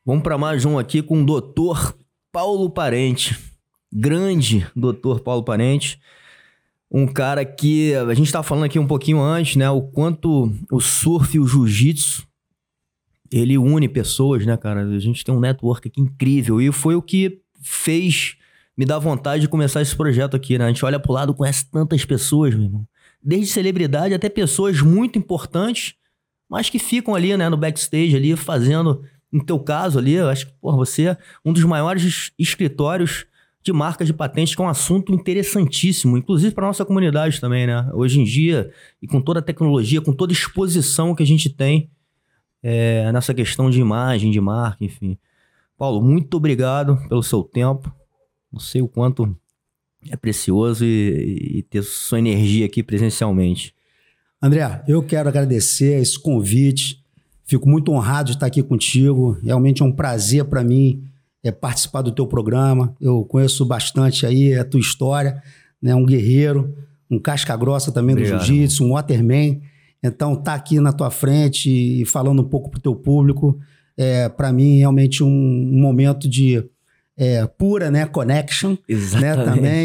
Vamos para mais um aqui com o Dr. Paulo Parente. Grande Dr. Paulo Parente. Um cara que a gente estava falando aqui um pouquinho antes, né? O quanto o surf e o jiu-jitsu, ele une pessoas, né, cara? A gente tem um network aqui incrível. E foi o que fez me dar vontade de começar esse projeto aqui, né? A gente olha pro lado, conhece tantas pessoas, meu irmão. Desde celebridade até pessoas muito importantes, mas que ficam ali, né, no backstage ali, fazendo... No teu caso ali, eu acho que, porra, você é um dos maiores escritórios de marcas de patentes, que é um assunto interessantíssimo, inclusive para nossa comunidade também, né? Hoje em dia, e com toda a tecnologia, com toda a exposição que a gente tem nessa questão de imagem, de marca, enfim. Paulo, muito obrigado pelo seu tempo. Não sei o quanto é precioso e ter sua energia aqui presencialmente. André, eu quero agradecer esse convite. Fico muito honrado de estar aqui contigo. Realmente é um prazer para mim participar do teu programa. Eu conheço bastante aí a tua história, né? Um guerreiro, um casca-grossa também do jiu-jitsu, um waterman. Então, estar aqui na tua frente e falando um pouco para o teu público, para mim, realmente um momento de pura, né, connection. Exatamente. Né,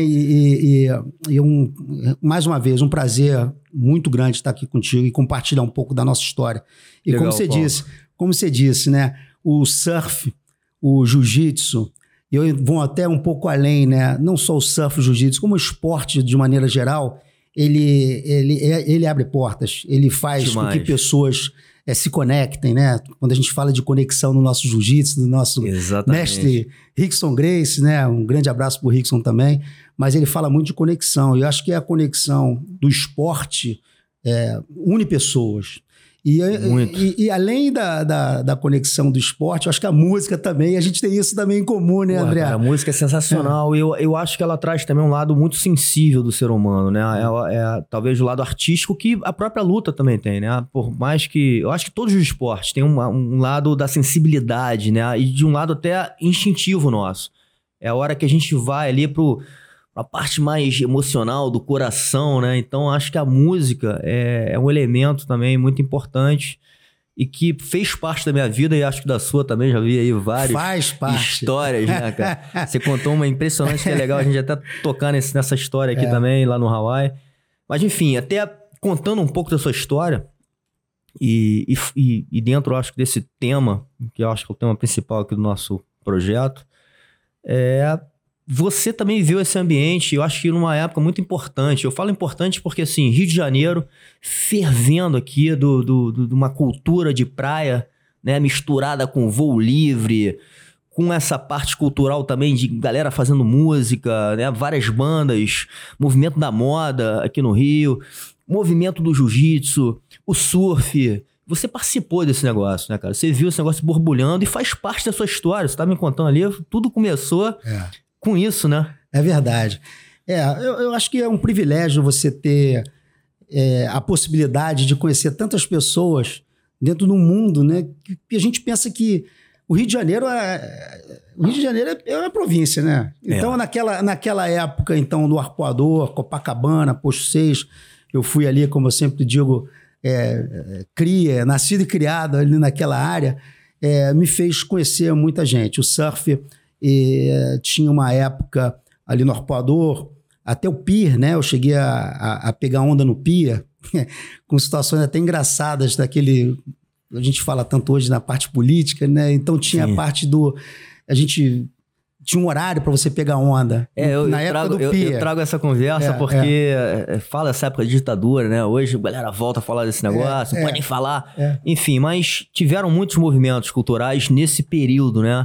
também. Mais uma vez, um prazer muito grande estar aqui contigo e compartilhar um pouco da nossa história. E legal, como você disse, né, o surf, o jiu-jitsu, eu vou até um pouco além, né, não só o surf, o jiu-jitsu, como o esporte de maneira geral, ele abre portas, ele faz com que pessoas se conectem, né? Quando a gente fala de conexão no nosso jiu-jitsu, do nosso mestre Rickson Gracie, né? Um grande abraço pro Rickson também, mas ele fala muito de conexão, e eu acho que a conexão do esporte une pessoas. E além da conexão do esporte, eu acho que a música também, a gente tem isso também em comum, né, André? Cara, a música é sensacional. Eu acho que ela traz também um lado muito sensível do ser humano, né? Talvez o lado artístico que a própria luta também tem, né? Por mais que... Eu acho que todos os esportes têm um lado da sensibilidade, né? E de um lado até instintivo nosso. É a hora que a gente vai ali a parte mais emocional do coração, né? Então, acho que a música é um elemento também muito importante e que fez parte da minha vida e acho que da sua também. Já vi aí várias histórias, né, cara? Você contou uma impressionante que é legal a gente até tocar nessa história aqui também, lá no Hawaii. Mas, enfim, até contando um pouco da sua história e dentro, eu acho que desse tema, que eu acho que é o tema principal aqui do nosso projeto, você também viu esse ambiente, eu acho que numa época muito importante. Eu falo importante porque, assim, Rio de Janeiro, fervendo aqui de uma cultura de praia, né, misturada com voo livre, com essa parte cultural também de galera fazendo música, né, várias bandas, movimento da moda aqui no Rio, movimento do jiu-jitsu, o surf. Você participou desse negócio, né, cara? Você viu esse negócio borbulhando e faz parte da sua história. Você tá me contando ali, tudo começou... com isso, né? É verdade. Eu acho que é um privilégio você ter a possibilidade de conhecer tantas pessoas dentro do mundo, né? Que a gente pensa que o Rio de Janeiro é uma província, né? Então, naquela época, então, do Arpoador, Copacabana, Posto 6, eu fui ali, como eu sempre digo, nascido e criado ali naquela área, me fez conhecer muita gente. O surf... tinha uma época ali no Arpoador, até o pier, né? Eu cheguei a pegar onda no pier, com situações até engraçadas daquele... A gente fala tanto hoje na parte política, né? Então tinha a parte do... A gente tinha um horário para você pegar onda. Na época do pier. Eu trago essa conversa porque fala essa época de ditadura, né? Hoje a galera volta a falar desse negócio, não pode nem falar. Enfim, mas tiveram muitos movimentos culturais nesse período, né?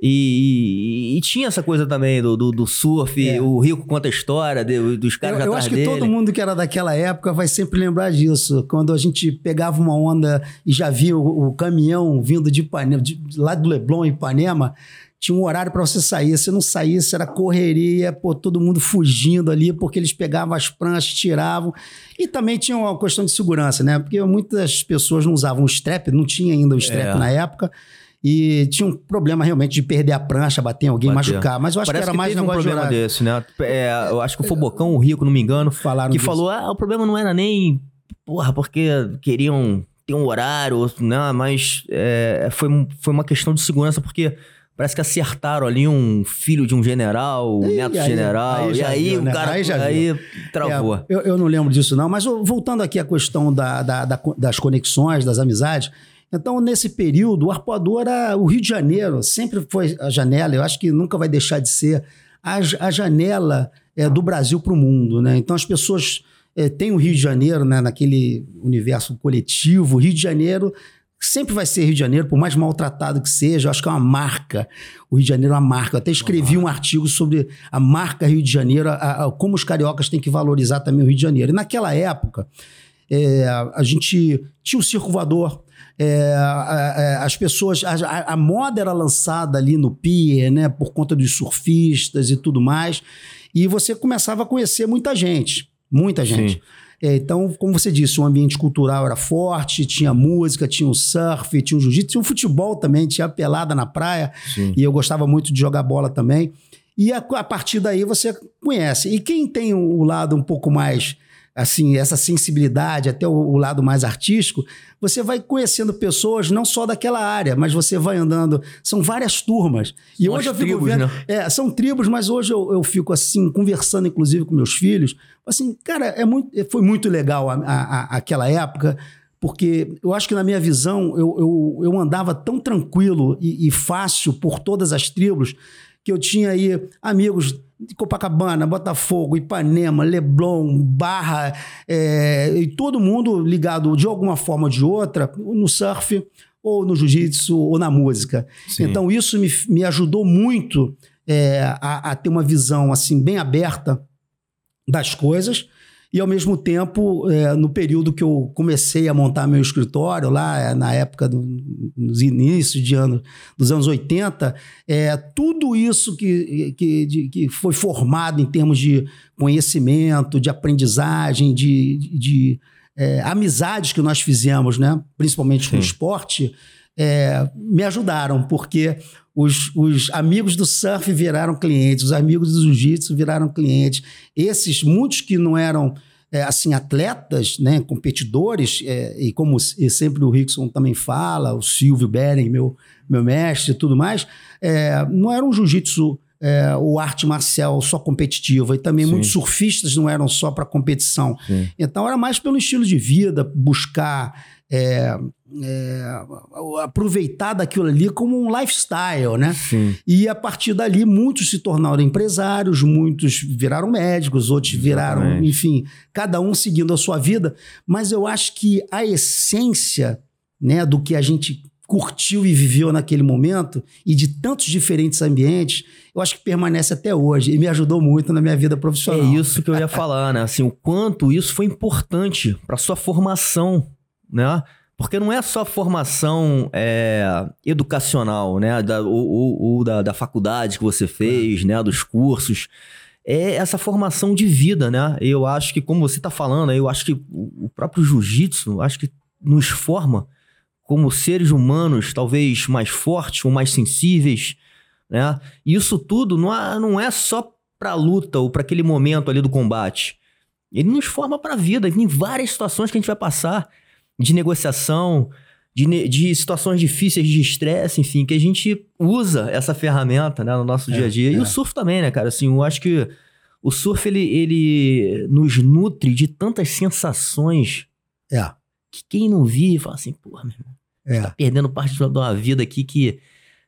E tinha essa coisa também do surf, o Rico conta a história dos caras atrás dele. Eu acho que todo mundo que era daquela época vai sempre lembrar disso. Quando a gente pegava uma onda e já via o caminhão vindo de Ipanema, lá do Leblon, Ipanema, tinha um horário para você sair. Se não saísse, era correria, todo mundo fugindo ali, porque eles pegavam as pranchas, tiravam. E também tinha uma questão de segurança, né? Porque muitas pessoas não usavam o strap, não tinha ainda o strap na época. E tinha um problema realmente de perder a prancha, bater em alguém, machucar. Mas eu acho que era mais um problema desse, né? Eu acho que o Fobocão, o Rico, não me engano, falou, o problema não era nem... Porra, porque queriam tem um horário, outro, né? Mas foi uma questão de segurança, porque parece que acertaram ali um filho de um general, neto de general, e aí viu, o né? cara aí travou. Eu não lembro disso não, mas voltando aqui à questão das conexões, das amizades, então nesse período o Arpoador era o Rio de Janeiro, sempre foi a janela, eu acho que nunca vai deixar de ser a janela do Brasil para o mundo, né? Então as pessoas têm o Rio de Janeiro, né, naquele universo coletivo, o Rio de Janeiro sempre vai ser Rio de Janeiro, por mais maltratado que seja, eu acho que é uma marca. O Rio de Janeiro é uma marca. Eu até escrevi um artigo sobre a marca Rio de Janeiro, como os cariocas têm que valorizar também o Rio de Janeiro. E naquela época, a gente tinha o Circo Voador, as pessoas... A moda era lançada ali no pier, né, por conta dos surfistas e tudo mais, e você começava a conhecer muita gente. Muita gente. Sim. Então, como você disse, o ambiente cultural era forte, tinha música, tinha o surf, tinha o jiu-jitsu, tinha o futebol também, tinha a pelada na praia. Sim. E eu gostava muito de jogar bola também. E a partir daí você conhece. E quem tem o lado um pouco mais, assim, essa sensibilidade, até o lado mais artístico, você vai conhecendo pessoas não só daquela área, mas você vai andando, são várias turmas. E são hoje eu fico tribos, vendo, né? São tribos, mas hoje eu fico assim, conversando inclusive com meus filhos, assim, cara, foi muito legal aquela época, porque eu acho que na minha visão eu andava tão tranquilo e fácil por todas as tribos, que eu tinha aí amigos de Copacabana, Botafogo, Ipanema, Leblon, Barra, e todo mundo ligado de alguma forma ou de outra no surf, ou no jiu-jitsu, ou na música. Sim. Então isso me ajudou muito a ter uma visão assim, bem aberta das coisas. E, ao mesmo tempo, no período que eu comecei a montar meu escritório, lá na época nos inícios dos anos 80, tudo isso que foi formado em termos de conhecimento, de aprendizagem, de amizades que nós fizemos, né? Principalmente com o esporte, me ajudaram, porque os amigos do surf viraram clientes, os amigos do jiu-jitsu viraram clientes. Esses, muitos que não eram assim, atletas, né, competidores, e como sempre o Rickson também fala, o Silvio Bering, meu mestre e tudo mais, não era um jiu-jitsu ou arte marcial só competitiva, e também muitos surfistas não eram só para competição. Sim. Então era mais pelo estilo de vida, buscar aproveitar daquilo ali como um lifestyle, né? Sim. E a partir dali muitos se tornaram empresários, muitos viraram médicos, outros viraram, enfim, cada um seguindo a sua vida, mas eu acho que a essência, né, do que a gente curtiu e viveu naquele momento, e de tantos diferentes ambientes, eu acho que permanece até hoje, e me ajudou muito na minha vida profissional. É isso que eu ia falar, né? Assim, o quanto isso foi importante para sua formação, né? Porque não é só formação educacional, né? Da faculdade que você fez, né? Dos cursos. É essa formação de vida, né? Eu acho que, como você está falando, eu acho que o próprio jiu-jitsu, acho que nos forma como seres humanos, talvez mais fortes ou mais sensíveis, né? E isso tudo não é só para a luta ou para aquele momento ali do combate. Ele nos forma para a vida. Tem várias situações que a gente vai passar, de negociação, de situações difíceis, de estresse, enfim, que a gente usa essa ferramenta, né, no nosso dia a dia. E o surf também, né, cara? Assim, eu acho que o surf, ele nos nutre de tantas sensações que quem não vive fala assim, porra, meu irmão, você tá perdendo parte de uma vida aqui que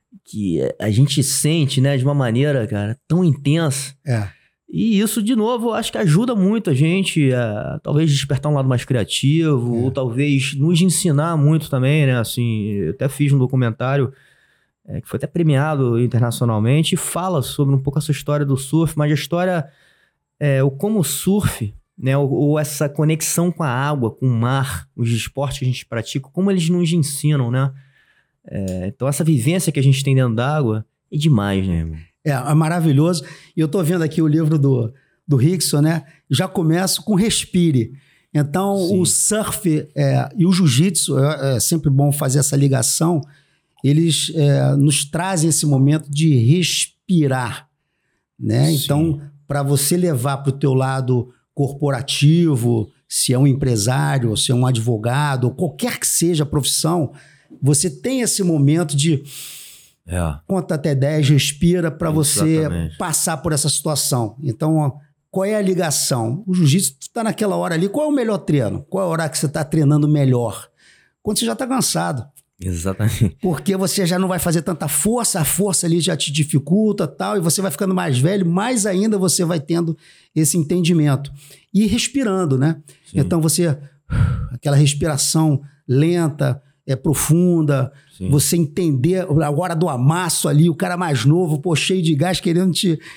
a gente sente, né, de uma maneira, cara, tão intensa. E isso, de novo, eu acho que ajuda muito a gente a talvez despertar um lado mais criativo, ou talvez nos ensinar muito também, né? Assim, eu até fiz um documentário que foi até premiado internacionalmente e fala sobre um pouco essa história do surf, mas a história, como o surf, né? Ou essa conexão com a água, com o mar, os esportes que a gente pratica, como eles nos ensinam, né? Então essa vivência que a gente tem dentro d'água é demais, né, irmão? É maravilhoso. E eu estou vendo aqui o livro do Rickson, né? Já começo com Respire. Então, o surf e o jiu-jitsu, é sempre bom fazer essa ligação, eles nos trazem esse momento de respirar, né? Sim. Então, para você levar para o teu lado corporativo, se é um empresário, se é um advogado, ou qualquer que seja a profissão, você tem esse momento de conta até 10, respira para você passar por essa situação. Então, ó, qual é a ligação? O jiu-jitsu está naquela hora ali. Qual é o melhor treino? Qual é a hora que você está treinando melhor? Quando você já está cansado. Exatamente. Porque você já não vai fazer tanta força, a força ali já te dificulta tal, e você vai ficando mais velho, mais ainda você vai tendo esse entendimento. E respirando, né? Sim. Então você... Aquela respiração lenta, profunda, sim. Você entender a hora do amasso ali, o cara mais novo, pô, cheio de gás, querendo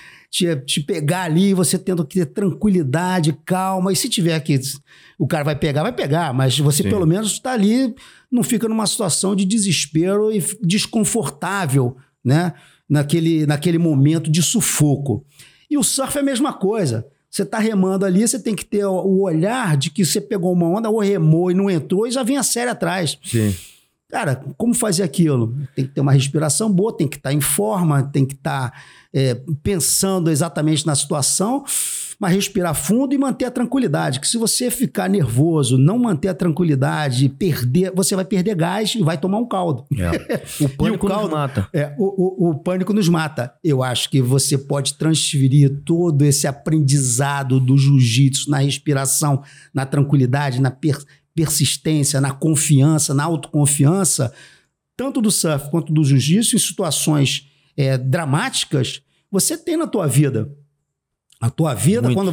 te pegar ali, você tendo que ter tranquilidade, calma, e se tiver que o cara vai pegar, mas você sim. Pelo menos está ali, não fica numa situação de desespero e desconfortável, né? Naquele momento de sufoco. E o surf é a mesma coisa. Você está remando ali, você tem que ter o olhar de que você pegou uma onda, ou remou e não entrou, e já vem a série atrás. Sim. Cara, como fazer aquilo? Tem que ter uma respiração boa, tem que estar em forma, tem que estar pensando exatamente na situação, mas respirar fundo e manter a tranquilidade. Que se você ficar nervoso, não manter a tranquilidade, você vai perder gás e vai tomar um caldo. O pânico nos mata. O pânico nos mata. Eu acho que você pode transferir todo esse aprendizado do jiu-jitsu na respiração, na tranquilidade, na persistência, na confiança, na autoconfiança, tanto do surf quanto do jiu-jitsu, em situações dramáticas, você tem na tua vida. A tua vida, muito. Quando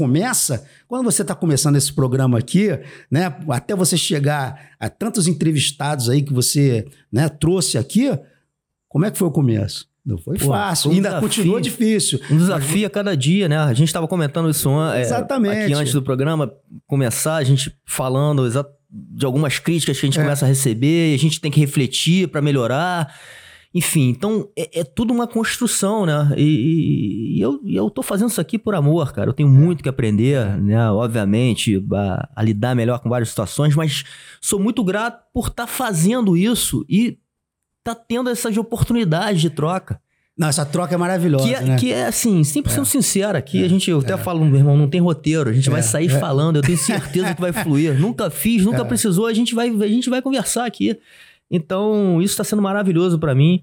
você está começando esse programa aqui, né, até você chegar a tantos entrevistados aí que você, né, trouxe aqui, como é que foi o começo? Não foi fácil, ainda continua difícil. Um desafio a cada dia, né? A gente estava comentando isso aqui antes do programa começar, a gente falando de algumas críticas que a gente começa a receber, e a gente tem que refletir para melhorar. Enfim, então é tudo uma construção, né? E eu tô fazendo isso aqui por amor, cara. Eu tenho muito que aprender, né? Obviamente, a lidar melhor com várias situações, mas sou muito grato por estar fazendo isso e tá tendo essas oportunidades de troca. Não, essa troca é maravilhosa, né? Que é assim, 100% sincera aqui. Eu até falo, meu irmão, não tem roteiro. A gente vai sair falando, eu tenho certeza que vai fluir. Nunca fiz, nunca precisou, a gente vai conversar aqui. Então, isso está sendo maravilhoso para mim.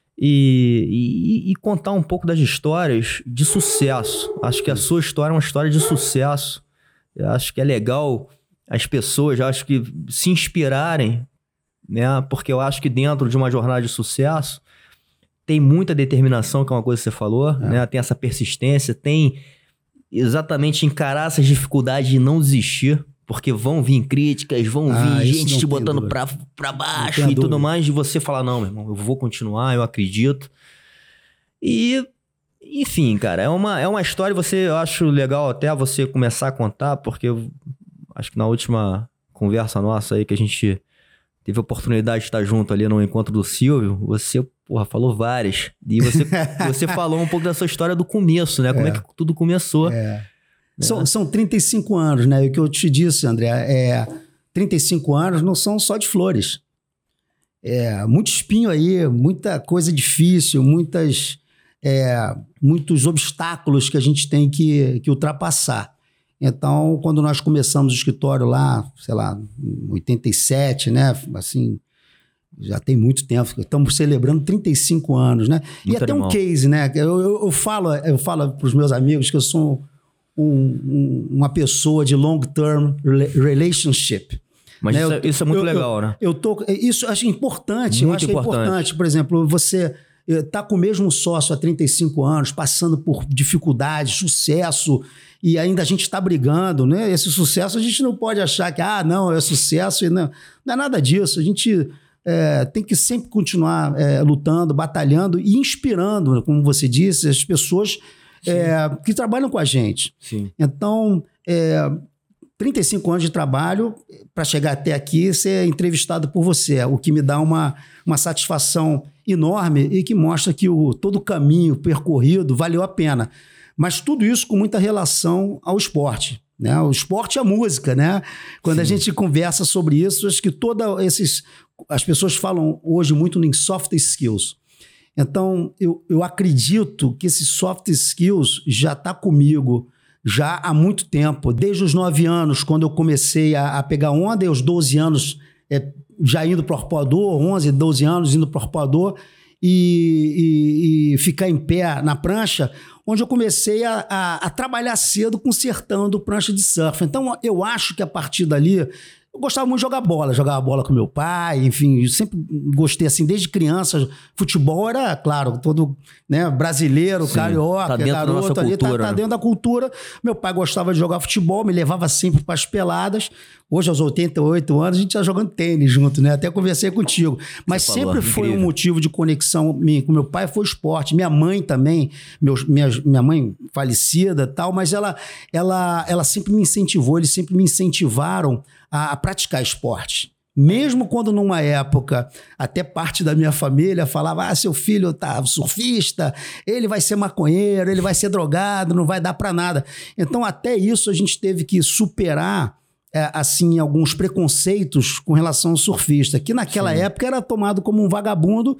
E contar um pouco das histórias de sucesso. Acho que a sua história é uma história de sucesso. Eu acho que é legal as pessoas, acho que se inspirarem, né? Porque eu acho que dentro de uma jornada de sucesso tem muita determinação, que é uma coisa que você falou, né? Tem essa persistência, tem exatamente encarar essas dificuldades e não desistir. Porque vão vir críticas, vão vir gente te botando pra baixo e tudo mais, de você falar, não, meu irmão, eu vou continuar, eu acredito. E, enfim, cara, é uma história, eu acho legal até você começar a contar, porque eu acho que na última conversa nossa aí, que a gente teve a oportunidade de estar junto ali no encontro do Silvio, você, falou várias. E você falou um pouco da sua história do começo, né? Como é que tudo começou. São 35 anos, né? E o que eu te disse, André, 35 anos não são só de flores. Muito espinho aí, muita coisa difícil, muitos obstáculos que a gente tem que ultrapassar. Então, quando nós começamos o escritório lá, sei lá, em 87, né? Assim, já tem muito tempo. Estamos celebrando 35 anos, né? Muito e até um case, né? Eu falo para os meus amigos que eu sou uma pessoa de long-term relationship. Mas né? Isso é muito legal, né? Isso eu acho importante. Muito importante. Por exemplo, você está com o mesmo sócio há 35 anos, passando por dificuldades, sucesso, e ainda a gente está brigando, né? Esse sucesso a gente não pode achar que, não, é sucesso. Não é nada disso. A gente tem que sempre continuar lutando, batalhando e inspirando, como você disse, as pessoas que trabalham com a gente. Sim. Então, 35 anos de trabalho para chegar até aqui, ser entrevistado por você, o que me dá uma satisfação enorme e que mostra que todo o caminho percorrido valeu a pena. Mas tudo isso com muita relação ao esporte, né? O esporte e a música, né? Quando a gente conversa sobre isso, acho que as pessoas falam hoje muito em soft skills. Então, eu acredito que esses soft skills já está comigo já há muito tempo. Desde os 9 anos, quando eu comecei a pegar onda, e aos 12 anos já indo para o arpoador, 11, 12 anos indo para o arpoador e ficar em pé na prancha, onde eu comecei a trabalhar cedo consertando prancha de surf. Então, eu acho que a partir dali... Eu gostava muito de jogava bola com meu pai, enfim, eu sempre gostei, assim, desde criança. Futebol era, claro, todo, né, brasileiro, sim, carioca, garoto ali, tá dentro da cultura. Meu pai gostava de jogar futebol, me levava sempre para as peladas. Hoje, aos 88 anos, a gente tá jogando tênis junto, né? Até conversei contigo. Mas sempre foi um motivo de conexão com meu pai, foi o esporte. Minha mãe também, minha mãe falecida e tal, mas ela sempre me incentivou, eles sempre me incentivaram a praticar esporte. Mesmo quando numa época, até parte da minha família falava, seu filho tá surfista, ele vai ser maconheiro, ele vai ser drogado, não vai dar para nada. Então até isso a gente teve que superar assim, alguns preconceitos com relação ao surfista, que naquela época era tomado como um vagabundo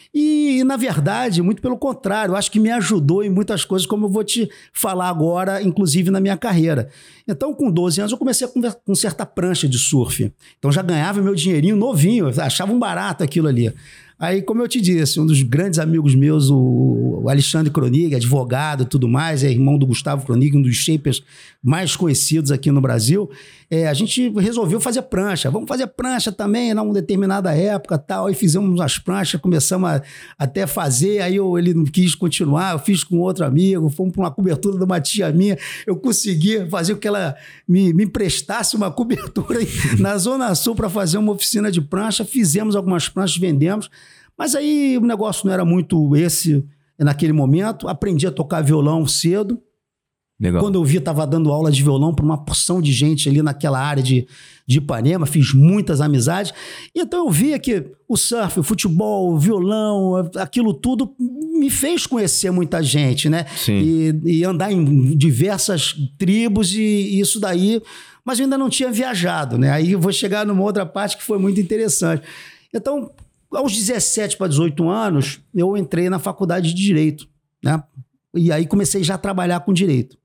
e, na verdade, muito pelo contrário, acho que me ajudou em muitas coisas, como eu vou te falar agora, inclusive na minha carreira. Então, com 12 anos, eu comecei a consertar prancha de surf. Então, já ganhava meu dinheirinho novinho, achava um barato aquilo ali. Aí, como eu te disse, um dos grandes amigos meus, o Alexandre Kronig, advogado e tudo mais, é irmão do Gustavo Kronig, um dos shapers mais conhecidos aqui no Brasil, a gente resolveu fazer prancha. Vamos fazer prancha também, numa determinada época tal. Aí fizemos umas pranchas, começamos até fazer, aí ele não quis continuar, eu fiz com outro amigo, fomos para uma cobertura de uma tia minha, eu consegui fazer com que ela me emprestasse uma cobertura na Zona Sul para fazer uma oficina de prancha, fizemos algumas pranchas, vendemos. Mas aí o negócio não era muito esse naquele momento. Aprendi a tocar violão cedo. Legal. Quando eu vi, estava dando aula de violão para uma porção de gente ali naquela área de Ipanema. Fiz muitas amizades. E então eu via que o surf, o futebol, o violão, aquilo tudo me fez conhecer muita gente, né? Sim. E andar em diversas tribos e isso daí. Mas eu ainda não tinha viajado, né? Aí eu vou chegar numa outra parte que foi muito interessante. Então... Aos 17 para 18 anos, eu entrei na faculdade de Direito, né? E aí comecei já a trabalhar com Direito.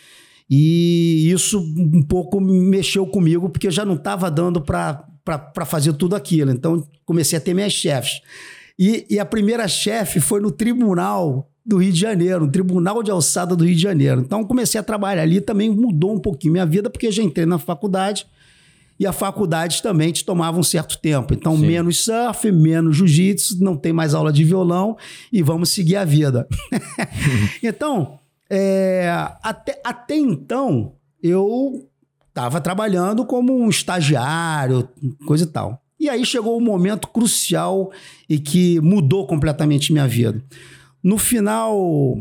E isso um pouco mexeu comigo, porque eu já não estava dando para fazer tudo aquilo. Então, comecei a ter minhas chefes. E a primeira chefe foi no Tribunal do Rio de Janeiro, no Tribunal de Alçada do Rio de Janeiro. Então, comecei a trabalhar ali, também mudou um pouquinho minha vida, porque eu já entrei na faculdade. E a faculdade também te tomava um certo tempo. Então, sim, menos surf, menos jiu-jitsu, não tem mais aula de violão e vamos seguir a vida. Então, até então, eu estava trabalhando como um estagiário, coisa e tal. E aí chegou um momento crucial e que mudou completamente minha vida. No final,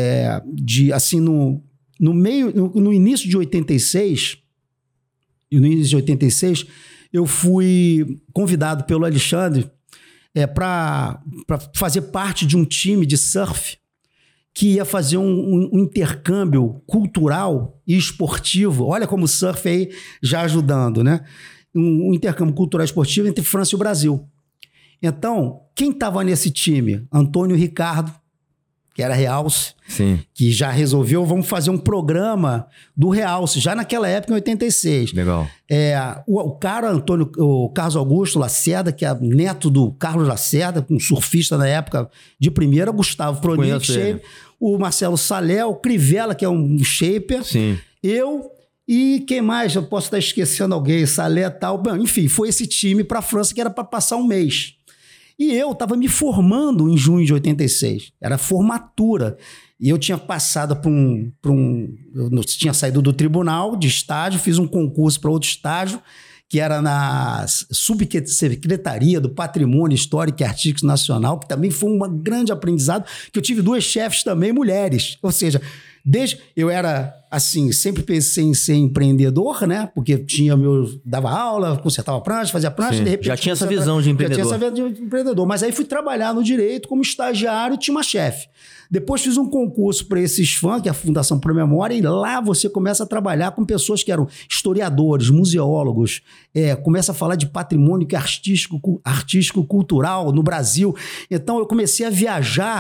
no início de 86... E no início de 86, eu fui convidado pelo Alexandre para fazer parte de um time de surf que ia fazer um intercâmbio cultural e esportivo. Olha como o surf aí já ajudando, né? Um intercâmbio cultural e esportivo entre França e o Brasil. Então, quem estava nesse time? Antônio Ricardo, que era Realce, sim, que já resolveu, vamos fazer um programa do Realce, já naquela época, em 86. Legal. O Carlos Augusto Lacerda, que é neto do Carlos Lacerda, um surfista na época de primeira, Gustavo Pronig, shaper, o Marcelo Salé, o Crivella, que é um shaper, sim, eu... E quem mais? Eu posso estar esquecendo alguém, Salé e tal. Bom, enfim, foi esse time para a França que era para passar um mês. E eu estava me formando em junho de 86. Era formatura. E eu tinha passado eu tinha saído do tribunal de estágio, fiz um concurso para outro estágio, que era na Subsecretaria do Patrimônio Histórico e Artístico Nacional, que também foi um grande aprendizado, que eu tive 2 chefes também mulheres. Ou seja, eu era, assim, sempre pensei em ser empreendedor, né? Porque dava aula, consertava prancha, fazia prancha, sim, de repente... Já tinha essa visão de empreendedor. Já tinha essa visão de empreendedor. Mas aí fui trabalhar no Direito como estagiário e tinha uma chefe. Depois fiz um concurso para esse SFAM, que é a Fundação Pro Memória, e lá você começa a trabalhar com pessoas que eram historiadores, museólogos, começa a falar de patrimônio artístico, cultural no Brasil. Então eu comecei a viajar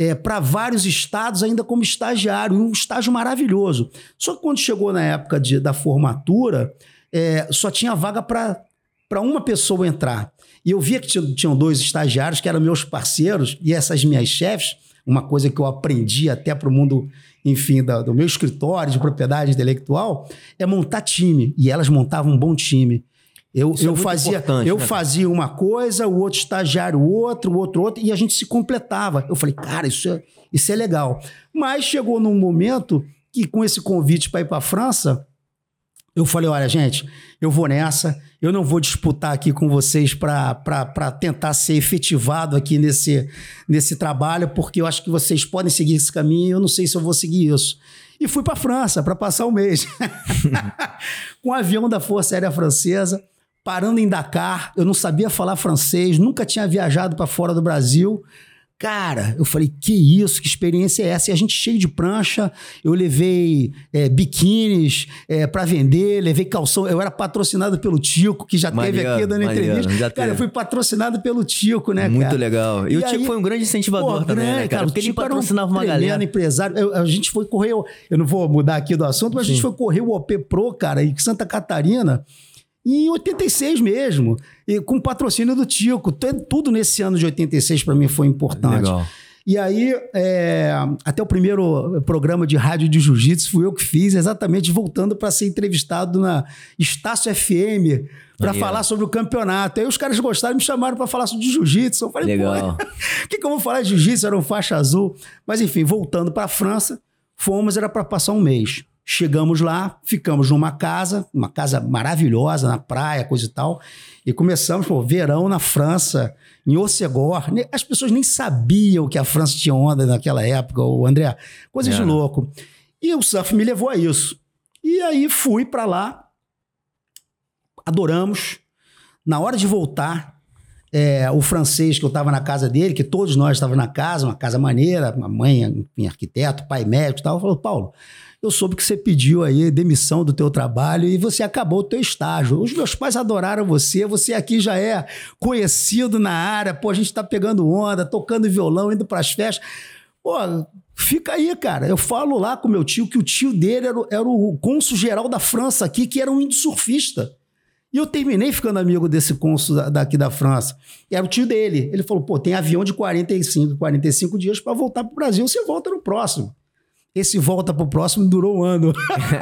para vários estados ainda como estagiário, um estágio maravilhoso. Só que quando chegou na época da formatura, só tinha vaga para uma pessoa entrar. E eu via que tinham 2 estagiários que eram meus parceiros, e essas minhas chefes, uma coisa que eu aprendi até para o mundo, enfim, do meu escritório de propriedade intelectual, é montar time. E elas montavam um bom time. Eu fazia uma coisa, o outro estagiário o outro, e a gente se completava. Eu falei, cara, isso é legal. Mas chegou num momento que, com esse convite para ir para a França, eu falei, olha, gente, eu vou nessa, eu não vou disputar aqui com vocês para tentar ser efetivado aqui nesse trabalho, porque eu acho que vocês podem seguir esse caminho e eu não sei se eu vou seguir isso. E fui para a França para passar o mês. Com o avião da Força Aérea Francesa, parando em Dakar, eu não sabia falar francês, nunca tinha viajado para fora do Brasil. Cara, eu falei, que isso, que experiência é essa? E a gente cheio de prancha, eu levei biquínis para vender, levei calção, eu era patrocinado pelo Tico, que já teve aqui dando entrevista. Cara, eu fui patrocinado pelo Tico, né, cara? Muito legal. E o Tico foi um grande incentivador também, né, cara? Porque ele patrocinava uma galera. Empresário. A gente foi correr, eu não vou mudar aqui do assunto, mas a gente foi correr o OP Pro, cara, em Santa Catarina, em 86 mesmo, e com patrocínio do Tico. Tudo nesse ano de 86 para mim foi importante. Legal. E aí, até o primeiro programa de rádio de jiu-jitsu fui eu que fiz, exatamente voltando para ser entrevistado na Estácio FM para falar sobre o campeonato. Aí os caras gostaram e me chamaram para falar sobre jiu-jitsu. Eu falei, legal. Pô, o que eu vou falar de jiu-jitsu? Era um faixa azul. Mas enfim, voltando para a França, era para passar um mês. Chegamos lá, ficamos numa casa, uma casa maravilhosa na praia, coisa e tal, e começamos, verão na França, em Hossegor. As pessoas nem sabiam que a França tinha onda naquela época, o André, coisa de louco. E o surf me levou a isso. E aí fui para lá, adoramos. Na hora de voltar, o francês, que eu estava na casa dele, que todos nós estávamos na casa, uma casa maneira, a mãe, arquiteto, pai médico e tal, falou, Paulo, eu soube que você pediu aí demissão do teu trabalho e você acabou o teu estágio. Os meus pais adoraram você aqui já é conhecido na área, pô, a gente tá pegando onda, tocando violão, indo pras festas. Pô, fica aí, cara. Eu falo lá com meu tio que o tio dele era o cônsul-geral da França aqui, que era um windsurfista. E eu terminei ficando amigo desse cônsul daqui da França. Era o tio dele. Ele falou, pô, tem avião de 45 dias para voltar pro Brasil, você volta no próximo. Esse volta pro próximo durou um ano.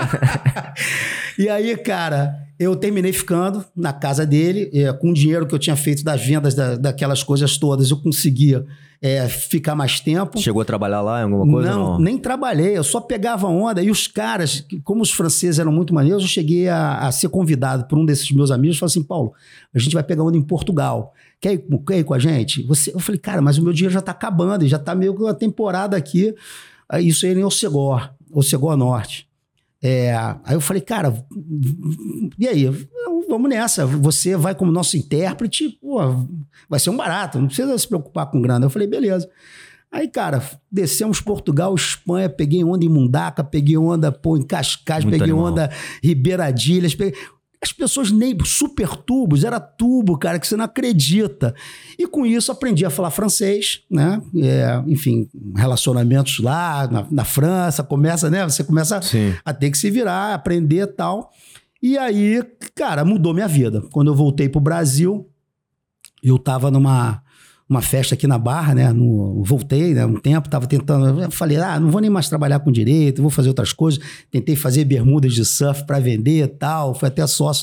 E aí, cara, eu terminei ficando na casa dele, com o dinheiro que eu tinha feito das vendas daquelas coisas todas, eu conseguia ficar mais tempo. Chegou a trabalhar lá em alguma coisa? Não, nem trabalhei, eu só pegava onda. E os caras, como os franceses eram muito maneiros, eu cheguei a ser convidado por um desses meus amigos e falou assim, Paulo, a gente vai pegar onda em Portugal. Quer ir com a gente? Eu falei, cara, mas o meu dinheiro já tá acabando, já tá meio que uma temporada aqui. Isso era em Hossegor Norte. Aí eu falei, cara, e aí? Vamos nessa. Você vai como nosso intérprete, pô, vai ser um barato, não precisa se preocupar com grana. Eu falei, beleza. Aí, cara, descemos Portugal, Espanha, peguei onda em Mundaca, peguei onda em Cascais, muito peguei animal. Onda Ribeiradilhas, as pessoas nem super tubos, era tubo, cara, que você não acredita. E com isso aprendi a falar francês, né? Enfim, relacionamentos lá na França, você começa Sim. a ter que se virar, aprender e tal. E aí, cara, mudou minha vida. Quando eu voltei pro Brasil, eu tava numa festa aqui na Barra, né? Voltei, né? Um tempo, tava tentando... Eu falei, não vou nem mais trabalhar com direito, vou fazer outras coisas. Tentei fazer bermudas de surf para vender e tal. Fui até sócio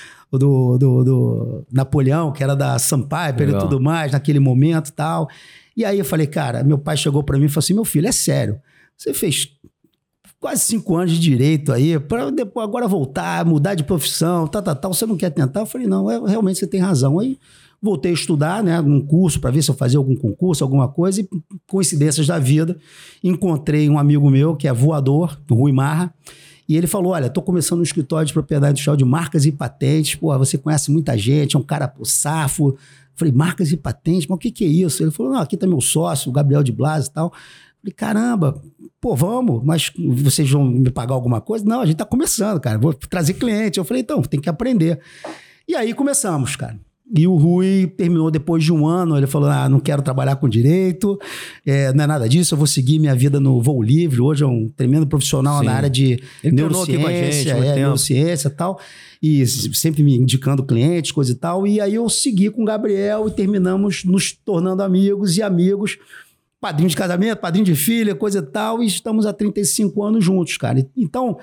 do Napoleão, que era da Sandpiper e tudo mais, naquele momento e tal. E aí eu falei, cara, meu pai chegou para mim e falou assim, meu filho, é sério, você fez quase 5 anos de direito aí, para depois agora voltar, mudar de profissão, tal, você não quer tentar? Eu falei, não, realmente você tem razão. Aí voltei a estudar, né, num curso para ver se eu fazia algum concurso, alguma coisa, e coincidências da vida, encontrei um amigo meu que é voador, o Rui Marra, e ele falou, olha, estou começando um escritório de propriedade industrial de marcas e patentes, pô, você conhece muita gente, é um cara safo. Falei, marcas e patentes, mas o que é isso? Ele falou, não, aqui está meu sócio, o Gabriel de Blas e tal. Falei, caramba, pô, vamos, mas vocês vão me pagar alguma coisa? Não, a gente está começando, cara, vou trazer cliente. Eu falei, então, tem que aprender. E aí começamos, cara. E o Rui terminou depois de um ano, ele falou, não quero trabalhar com direito, não é nada disso, eu vou seguir minha vida no voo livre. Hoje é um tremendo profissional na área de neurociência, neurociência e tal, e sempre me indicando clientes, coisa e tal. E aí eu segui com o Gabriel e terminamos nos tornando amigos, padrinho de casamento, padrinho de filha, coisa e tal, e estamos há 35 anos juntos, cara. Então,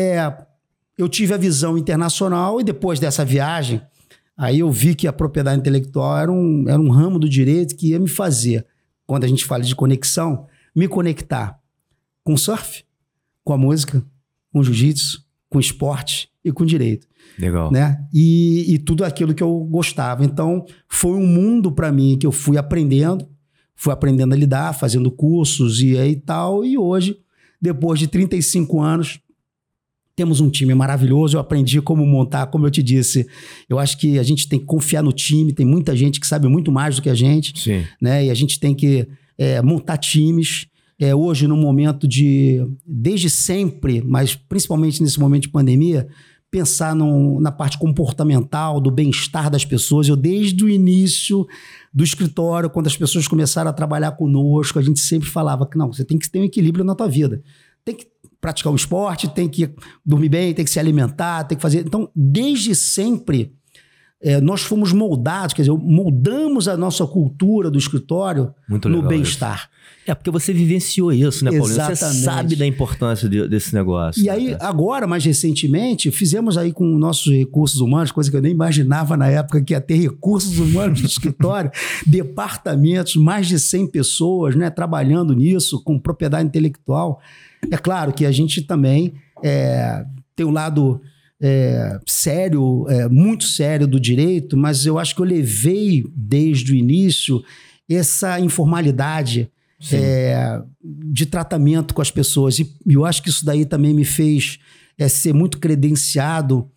eu tive a visão internacional e depois dessa viagem, aí eu vi que a propriedade intelectual era um ramo do direito que ia me fazer, quando a gente fala de conexão, me conectar com o surf, com a música, com o jiu-jitsu, com o esporte e com o direito. Legal. Né? E tudo aquilo que eu gostava. Então, foi um mundo para mim que eu fui aprendendo a lidar, fazendo cursos e aí tal. E hoje, depois de 35 anos... temos um time maravilhoso, eu aprendi como montar, como eu te disse. Eu acho que a gente tem que confiar no time, tem muita gente que sabe muito mais do que a gente. Sim. Né? E a gente tem que montar times. Hoje, no momento desde sempre, mas principalmente nesse momento de pandemia, pensar na parte comportamental, do bem-estar das pessoas. Eu, desde o início do escritório, quando as pessoas começaram a trabalhar conosco, a gente sempre falava que não, você tem que ter um equilíbrio na tua vida. Tem que praticar um esporte, tem que dormir bem, tem que se alimentar, tem que fazer... Então, desde sempre, nós fomos moldados, quer dizer, moldamos a nossa cultura do escritório no bem-estar. Porque você vivenciou isso, né, Paulinho? Exatamente. Você sabe da importância desse negócio. E aí, agora, mais recentemente, fizemos aí com nossos recursos humanos, coisa que eu nem imaginava na época que ia ter recursos humanos no escritório, departamentos, mais de 100 pessoas, né, trabalhando nisso, com propriedade intelectual. É claro que a gente também tem um lado sério, muito sério do direito, mas eu acho que eu levei desde o início essa informalidade de tratamento com as pessoas. E eu acho que isso daí também me fez ser muito credenciado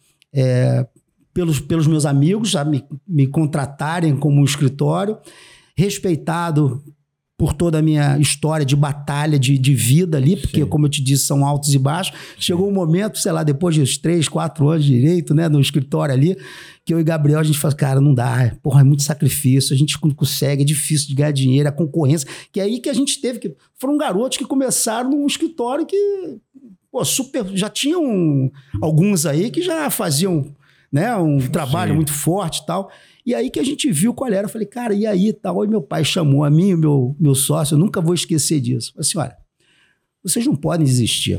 pelos meus amigos a me contratarem como um escritório, respeitado por toda a minha história de batalha, de vida ali, porque, como eu te disse, são altos e baixos. Chegou um momento, sei lá, depois de uns 3, 4 anos de direito, né, no escritório ali, que eu e Gabriel, a gente falou, cara, não dá, porra, é muito sacrifício, a gente não consegue, é difícil de ganhar dinheiro, a concorrência, que é aí que a gente teve que... Foram garotos que começaram num escritório que, já tinham alguns aí que já faziam, né, um trabalho muito forte e tal. E aí que a gente viu qual era. Eu falei, cara, e aí tal? Aí meu pai chamou a mim e o meu sócio, eu nunca vou esquecer disso. Eu falei assim, olha, vocês não podem desistir.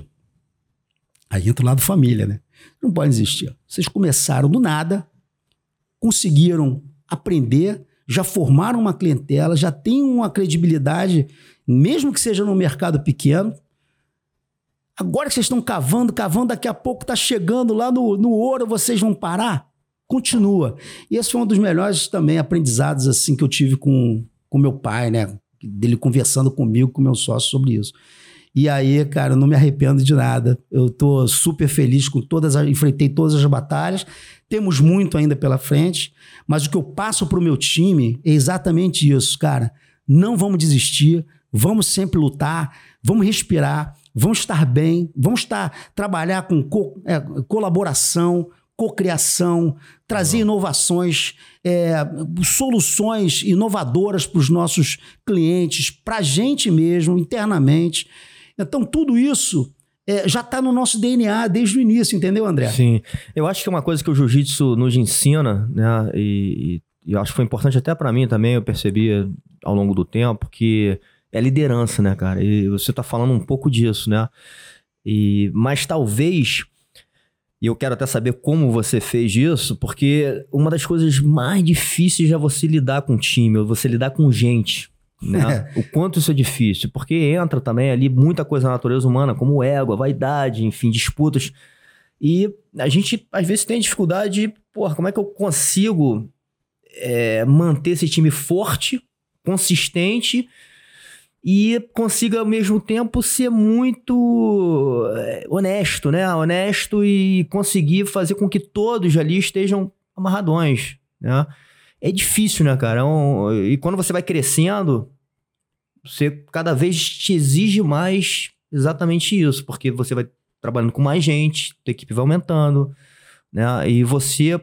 Aí entra o lado família, né? Não podem desistir. Vocês começaram do nada, conseguiram aprender, já formaram uma clientela, já têm uma credibilidade, mesmo que seja num mercado pequeno. Agora que vocês estão cavando, daqui a pouco está chegando lá no ouro, vocês vão parar? Continua. E esse foi um dos melhores também aprendizados assim, que eu tive com meu pai, né? Dele conversando comigo, com meu sócio sobre isso. E aí, cara, eu não me arrependo de nada. Eu tô super feliz com enfrentei todas as batalhas. Temos muito ainda pela frente, mas o que eu passo pro meu time é exatamente isso, cara. Não vamos desistir, vamos sempre lutar, vamos respirar, vamos estar bem, vamos trabalhar com colaboração, cocriação, trazer inovações, soluções inovadoras para os nossos clientes, para a gente mesmo, internamente. Então, tudo isso já está no nosso DNA desde o início, entendeu, André? Sim. Eu acho que é uma coisa que o jiu-jitsu nos ensina, né? E eu acho que foi importante até para mim também, eu percebi ao longo do tempo, que é liderança, né, cara? E você está falando um pouco disso, né? Mas talvez... E eu quero até saber como você fez isso, porque uma das coisas mais difíceis é você lidar com time, ou você lidar com gente, né? O quanto isso é difícil, porque entra também ali muita coisa na natureza humana, como o ego, a vaidade, enfim, disputas. E a gente, às vezes, tem dificuldade de, porra, como é que eu consigo manter esse time forte, consistente, e consiga, ao mesmo tempo, ser muito honesto, né? Honesto e conseguir fazer com que todos ali estejam amarradões, né? É difícil, né, cara? E quando você vai crescendo, você cada vez te exige mais exatamente isso, porque você vai trabalhando com mais gente, a equipe vai aumentando, né? E você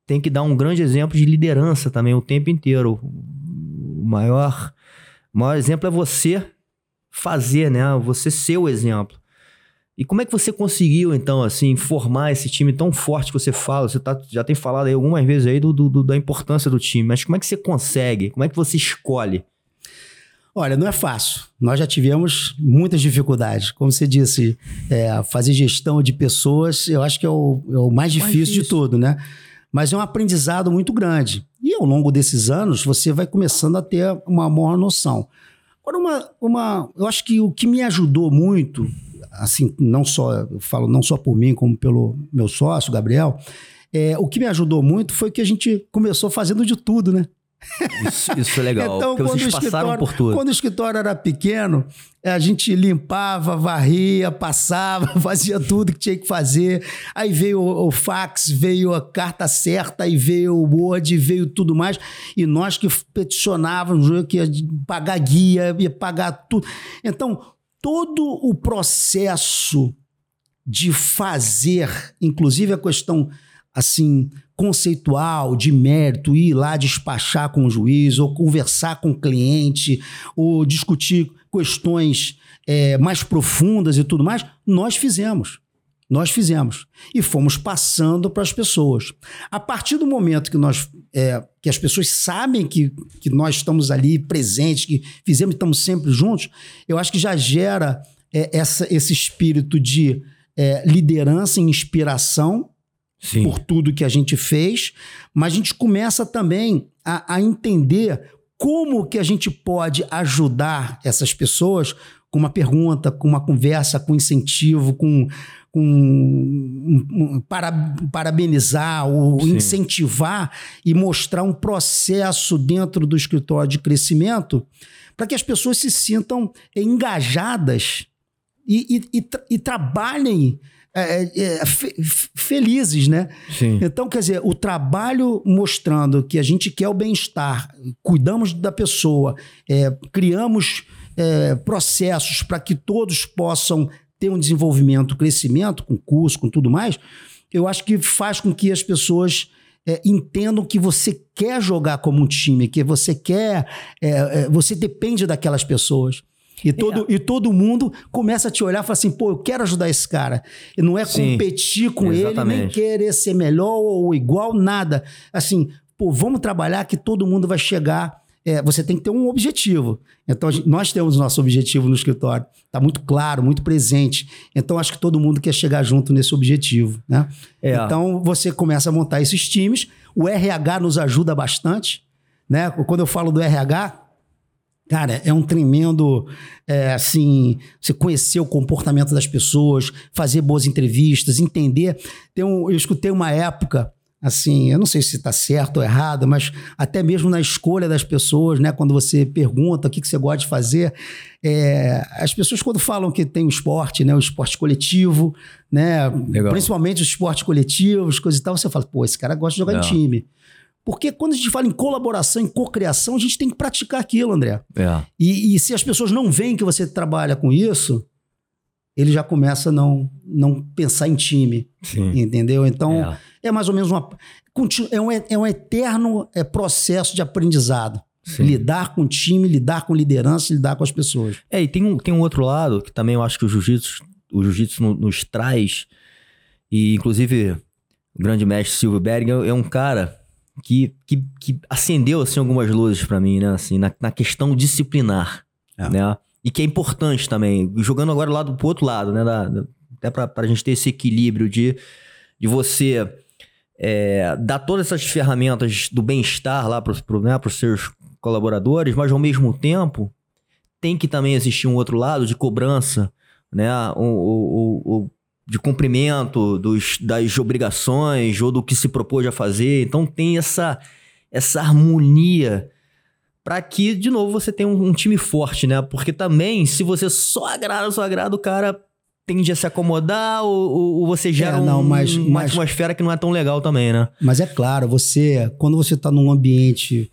tem que dar um grande exemplo de liderança também o tempo inteiro. O maior exemplo é você fazer, né? Você ser o exemplo. E como é que você conseguiu, então, assim, formar esse time tão forte que você fala? Você já tem falado aí algumas vezes aí da importância do time, mas como é que você consegue? Como é que você escolhe? Olha, não é fácil. Nós já tivemos muitas dificuldades. Como você disse, fazer gestão de pessoas, eu acho que é o mais difícil de tudo, né? Mas é um aprendizado muito grande. E ao longo desses anos, você vai começando a ter uma maior noção. Agora, eu acho que o que me ajudou muito, assim, eu falo não só por mim, como pelo meu sócio, Gabriel, o que me ajudou muito foi que a gente começou fazendo de tudo, né? Isso é legal, então, porque vocês passaram por tudo. Quando o escritório era pequeno, a gente limpava, varria, passava, fazia tudo que tinha que fazer. Aí veio o fax, veio a carta certa, aí veio o Word, veio tudo mais. E nós que peticionávamos, que ia pagar guia, ia pagar tudo. Então, todo o processo de fazer, inclusive a questão assim, conceitual, de mérito, ir lá despachar com o juiz, ou conversar com o cliente, ou discutir questões mais profundas e tudo mais, nós fizemos. E fomos passando para as pessoas. A partir do momento que as pessoas sabem que nós estamos ali presentes, que fizemos e estamos sempre juntos, eu acho que já gera esse espírito de liderança e inspiração. Sim. Por tudo que a gente fez, mas a gente começa também a entender como que a gente pode ajudar essas pessoas com uma pergunta, com uma conversa, com incentivo, parabenizar, ou Sim. incentivar e mostrar um processo dentro do escritório de crescimento para que as pessoas se sintam engajadas e trabalhem felizes, né? Sim. Então, quer dizer, o trabalho mostrando que a gente quer o bem-estar, cuidamos da pessoa, criamos processos para que todos possam ter um desenvolvimento, crescimento, com curso, com tudo mais, eu acho que faz com que as pessoas entendam que você quer jogar como um time, que você quer, você depende daquelas pessoas. E todo mundo começa a te olhar e fala assim, pô, eu quero ajudar esse cara. E não é Sim, competir com exatamente. Ele, nem querer ser melhor ou igual, nada. Assim, pô, vamos trabalhar que todo mundo vai chegar. Você tem que ter um objetivo. Então, nós temos nosso objetivo no escritório. Está muito claro, muito presente. Então, acho que todo mundo quer chegar junto nesse objetivo, né? Então, você começa a montar esses times. O RH nos ajuda bastante, né? Quando eu falo do RH... Cara, é um tremendo, assim, você conhecer o comportamento das pessoas, fazer boas entrevistas, entender. Eu escutei uma época, assim, eu não sei se está certo ou errado, mas até mesmo na escolha das pessoas, né? Quando você pergunta o que você gosta de fazer, as pessoas quando falam que tem o esporte, né? O esporte coletivo, né? Legal. Principalmente os esportes coletivos, coisa e tal, você fala, pô, esse cara gosta de jogar em time. Porque quando a gente fala em colaboração, em cocriação, a gente tem que praticar aquilo, André. E se as pessoas não veem que você trabalha com isso, ele já começa a não pensar em time. Sim. Entendeu? Então, é mais ou menos um eterno processo de aprendizado. Sim. Lidar com o time, lidar com liderança, lidar com as pessoas. E tem um outro lado que também eu acho que o jiu-jitsu nos traz, e inclusive o grande mestre Silvio Bering é um cara... Que acendeu assim, algumas luzes pra mim, né? Assim, na questão disciplinar, né? E que é importante também, jogando agora pro outro lado, né? Até pra gente ter esse equilíbrio de você dar todas essas ferramentas do bem-estar lá pros seus colaboradores, mas ao mesmo tempo tem que também existir um outro lado de cobrança, né? De cumprimento das obrigações ou do que se propôs a fazer. Então tem essa harmonia para que, de novo, você tenha um time forte, né? Porque também, se você só agrada, o cara tende a se acomodar ou você gera uma atmosfera que não é tão legal também, né? Mas é claro, quando você está num ambiente,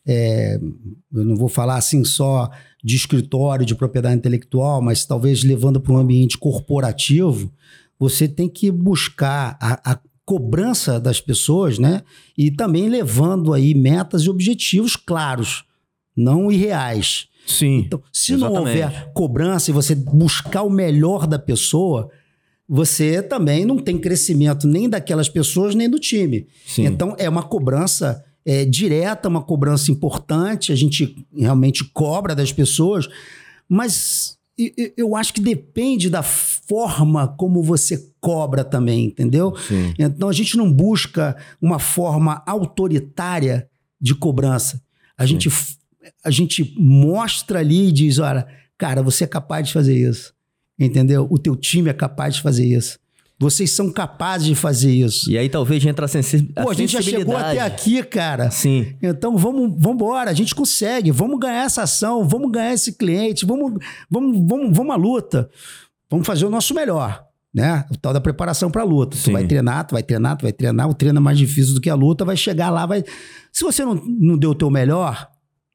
eu não vou falar assim só de escritório, de propriedade intelectual, mas talvez levando para um ambiente corporativo, você tem que buscar cobrança das pessoas, né? E também levando aí metas e objetivos claros, não irreais. Sim. Então, se não houver cobrança e você buscar o melhor da pessoa, você também não tem crescimento nem daquelas pessoas, nem do time. Sim. Então, é uma cobrança direta, uma cobrança importante, a gente realmente cobra das pessoas, mas eu acho que depende da forma como você cobra também, entendeu? Sim. Então, a gente não busca uma forma autoritária de cobrança. A gente mostra ali e diz, olha, cara, você é capaz de fazer isso, entendeu? O teu time é capaz de fazer isso. Vocês são capazes de fazer isso. E aí talvez entra a sensibilidade. Pô, a gente já chegou até aqui, cara. Sim. Então vamos embora, a gente consegue. Vamos ganhar essa ação, vamos ganhar esse cliente, vamos à luta. Vamos fazer o nosso melhor, né? O tal da preparação para a luta. Tu vai treinar. O treino é mais difícil do que a luta, vai chegar lá, vai... Se você não deu o teu melhor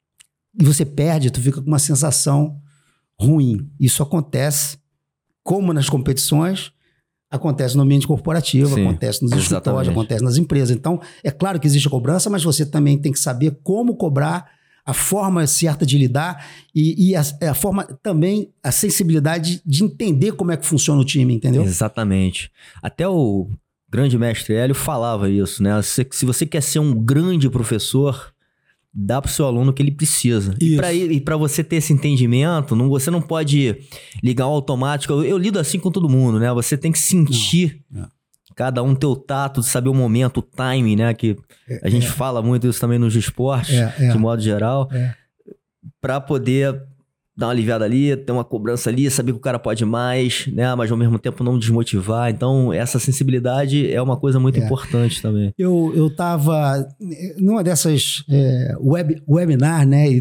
e você perde, tu fica com uma sensação ruim. Isso acontece, como nas competições, acontece no ambiente corporativo, acontece nos escritórios, acontece nas empresas. Então, é claro que existe a cobrança, mas você também tem que saber como cobrar, a forma certa de lidar e a forma também, a sensibilidade de entender como é que funciona o time, entendeu? Exatamente. Até o grande mestre Hélio falava isso, né? Se você quer ser um grande professor, dá pro seu aluno o que ele precisa. E para você ter esse entendimento, você não pode ligar um automático. Eu lido assim com todo mundo, né? Você tem que sentir cada um ter o tato, saber o momento, o timing, né? Que a gente fala muito isso também nos esportes, de modo geral, para poder dar uma aliviada ali, ter uma cobrança ali, saber que o cara pode mais, né? Mas ao mesmo tempo não desmotivar. Então, essa sensibilidade é uma coisa muito importante também. Eu tava numa dessas webinar, né? E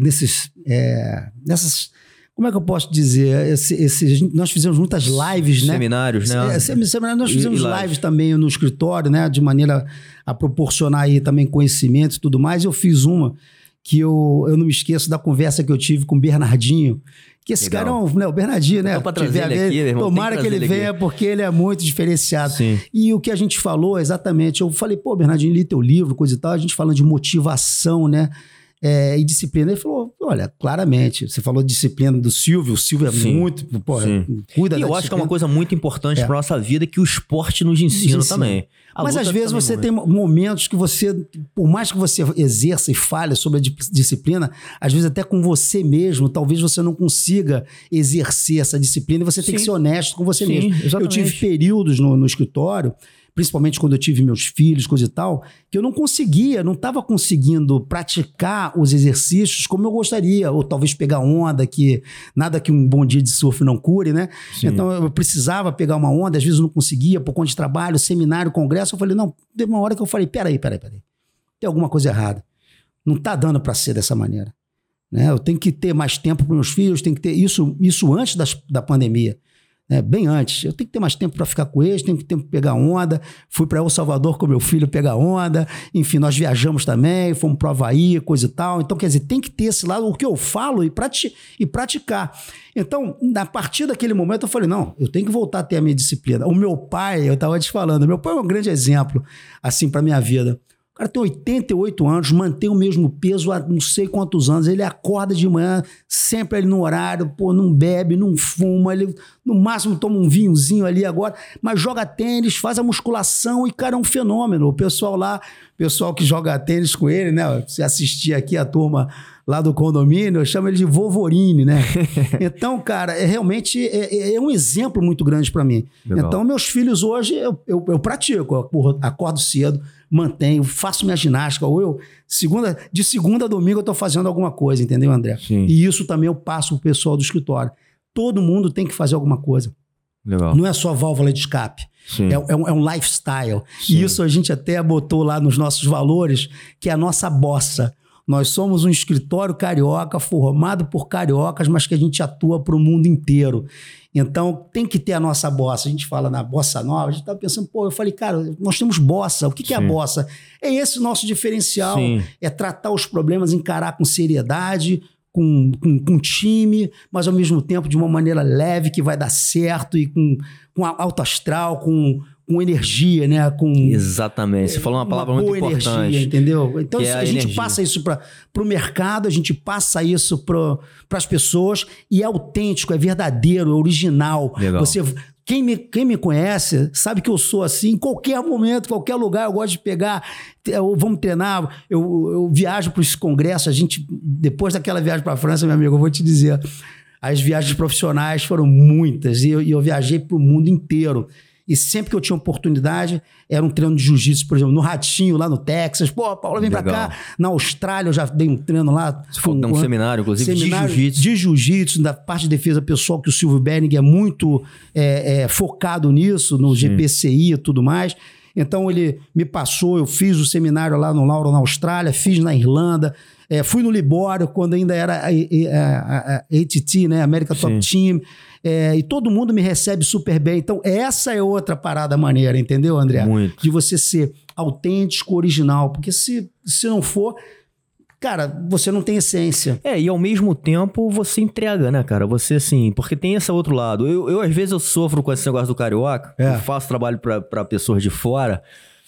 nessas... Como é que eu posso dizer? Nós fizemos muitas lives, né? Seminários, né? Seminários, nós fizemos lives também no escritório, né? De maneira a proporcionar aí também conhecimento e tudo mais. Eu fiz uma que eu não me esqueço da conversa que eu tive com o Bernardinho, que esse cara é o Bernardinho, né? Pra trazer ele aqui, meu irmão, tomara que ele venha, porque ele é muito diferenciado. Sim. E o que a gente falou exatamente, eu falei, pô, Bernardinho, li teu livro, coisa e tal, a gente falando de motivação, né? E disciplina. Ele falou, olha, claramente, você falou de disciplina do Silvio, o Silvio é muito, porra, cuida da eu acho que é uma coisa muito importante para nossa vida que o esporte nos ensina também. Mas às vezes você tem momentos que você, por mais que você exerça e fale sobre a disciplina, às vezes até com você mesmo, talvez você não consiga exercer essa disciplina e você tem que ser honesto com você mesmo. Exatamente. Eu tive períodos no escritório, principalmente quando eu tive meus filhos, coisa e tal, que eu não estava conseguindo praticar os exercícios como eu gostaria, ou talvez pegar onda, que nada que um bom dia de surf não cure, né? Sim. Então eu precisava pegar uma onda, às vezes eu não conseguia, por conta de trabalho, seminário, congresso, eu falei, não, teve uma hora que eu falei, peraí, tem alguma coisa errada, não tá dando para ser dessa maneira, né? Eu tenho que ter mais tempo para meus filhos, tenho que ter isso antes da pandemia. Bem antes, eu tenho que ter mais tempo para ficar com eles, tenho que ter tempo para pegar onda. Fui para El Salvador com meu filho pegar onda, enfim, nós viajamos também, fomos para o Havaí, coisa e tal. Então, quer dizer, tem que ter esse lado, o que eu falo e praticar. Então, a partir daquele momento, eu falei, não, eu tenho que voltar a ter a minha disciplina. O meu pai, eu estava te falando, meu pai é um grande exemplo, assim, para minha vida. O cara tem 88 anos, mantém o mesmo peso há não sei quantos anos. Ele acorda de manhã, sempre ali no horário, pô, não bebe, não fuma, ele no máximo toma um vinhozinho ali agora, mas joga tênis, faz a musculação e, cara, é um fenômeno. O pessoal que joga tênis com ele, né? Você assistir aqui a turma lá do condomínio, eu chamo ele de Vovorine, né? Então, cara, realmente é um exemplo muito grande para mim. Legal. Então, meus filhos hoje, eu pratico, eu acordo cedo, mantenho, faço minha ginástica, ou de segunda a domingo eu tô fazendo alguma coisa, entendeu, André? Sim. E isso também eu passo pro pessoal do escritório. Todo mundo tem que fazer alguma coisa. Legal. Não é só válvula de escape. É um lifestyle. Sim. E isso a gente até botou lá nos nossos valores, que é a nossa bossa. Nós somos um escritório carioca, formado por cariocas, mas que a gente atua para o mundo inteiro. Então, tem que ter a nossa bossa. A gente fala na bossa nova, a gente está pensando, eu falei, cara, nós temos bossa. O que é a bossa? É esse o nosso diferencial. Sim. É tratar os problemas, encarar com seriedade, com time, mas ao mesmo tempo de uma maneira leve, que vai dar certo, e com alto astral, com com energia, né? Exatamente. Você falou uma palavra muito importante. Energia, entendeu? Então a gente energia. passa isso para o mercado, a gente passa isso para as pessoas e é autêntico, é verdadeiro, é original. Legal. Quem me conhece sabe que eu sou assim, em qualquer momento, qualquer lugar, eu gosto de pegar, vamos treinar, eu viajo para esse congresso, depois daquela viagem para a França, meu amigo, eu vou te dizer, as viagens profissionais foram muitas, e eu viajei para o mundo inteiro. E sempre que eu tinha oportunidade, era um treino de jiu-jitsu, por exemplo, no Ratinho, lá no Texas. Pô, Paulo, vem pra cá. Na Austrália, eu já dei um treino lá. Você falou um seminário, inclusive, de jiu-jitsu. De jiu-jitsu, da parte de defesa pessoal, que o Silvio Berning é muito focado nisso, no GPCI e tudo mais. Então, ele me passou, eu fiz o seminário lá no Lauro, na Austrália, fiz na Irlanda, fui no Libório, quando ainda era a ATT, né, America Top Team, e todo mundo me recebe super bem. Então, essa é outra parada maneira, entendeu, André? Muito. De você ser autêntico, original, porque se não for... Cara, você não tem essência. E ao mesmo tempo você entrega, né, cara? Você, assim, porque tem esse outro lado. Eu às vezes, eu sofro com esse negócio do carioca. Eu faço trabalho pra pessoas de fora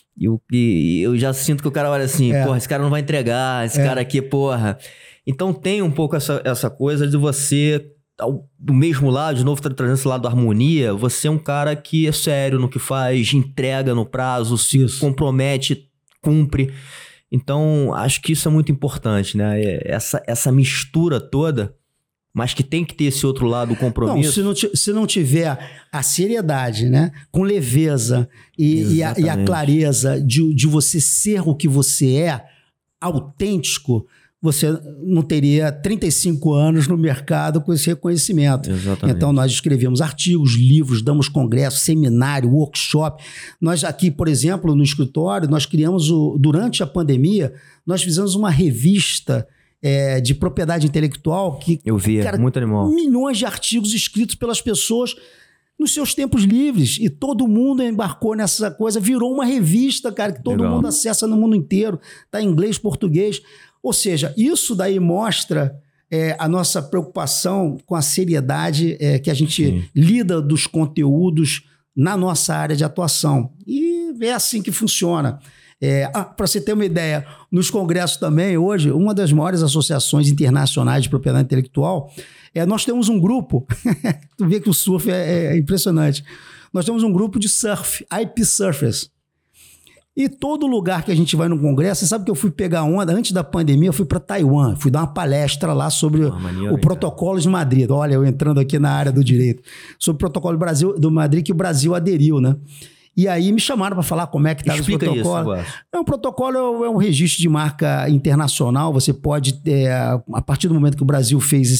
e eu já sinto que o cara olha assim, porra, esse cara não vai entregar, esse cara aqui, porra. Então tem um pouco essa coisa de você, do mesmo lado, de novo, trazendo esse lado da harmonia, você é um cara que é sério no que faz, entrega no prazo, se compromete, cumpre. Então, acho que isso é muito importante, né? Essa mistura toda, mas que tem que ter esse outro lado, o compromisso. Não, se não tiver a seriedade, né? Com leveza e a clareza de você ser o que você é, autêntico, você não teria 35 anos no mercado com esse reconhecimento. Exatamente. Então, nós escrevemos artigos, livros, damos congresso, seminário, workshop. Nós aqui, por exemplo, no escritório, nós criamos, durante a pandemia, nós fizemos uma revista de propriedade intelectual que... Eu vi, cara, muito animal. Milhões de artigos escritos pelas pessoas nos seus tempos livres. E todo mundo embarcou nessa coisa, virou uma revista, cara, que todo mundo acessa no mundo inteiro. Tá em inglês, português... Ou seja, isso daí mostra a nossa preocupação com a seriedade que a gente lida dos conteúdos na nossa área de atuação. E é assim que funciona. Para você ter uma ideia, nos congressos também, hoje, uma das maiores associações internacionais de propriedade intelectual, nós temos um grupo, tu vê que o surf é impressionante, nós temos um grupo de surf, IP Surfers. E todo lugar que a gente vai no congresso, você sabe que eu fui pegar onda, antes da pandemia, eu fui para Taiwan, fui dar uma palestra lá sobre o protocolo de Madrid. Olha, eu entrando aqui na área do direito, sobre o protocolo do Madrid que o Brasil aderiu, né? E aí me chamaram para falar como é que estava esse protocolo. O protocolo é um registro de marca internacional, você pode, a partir do momento que o Brasil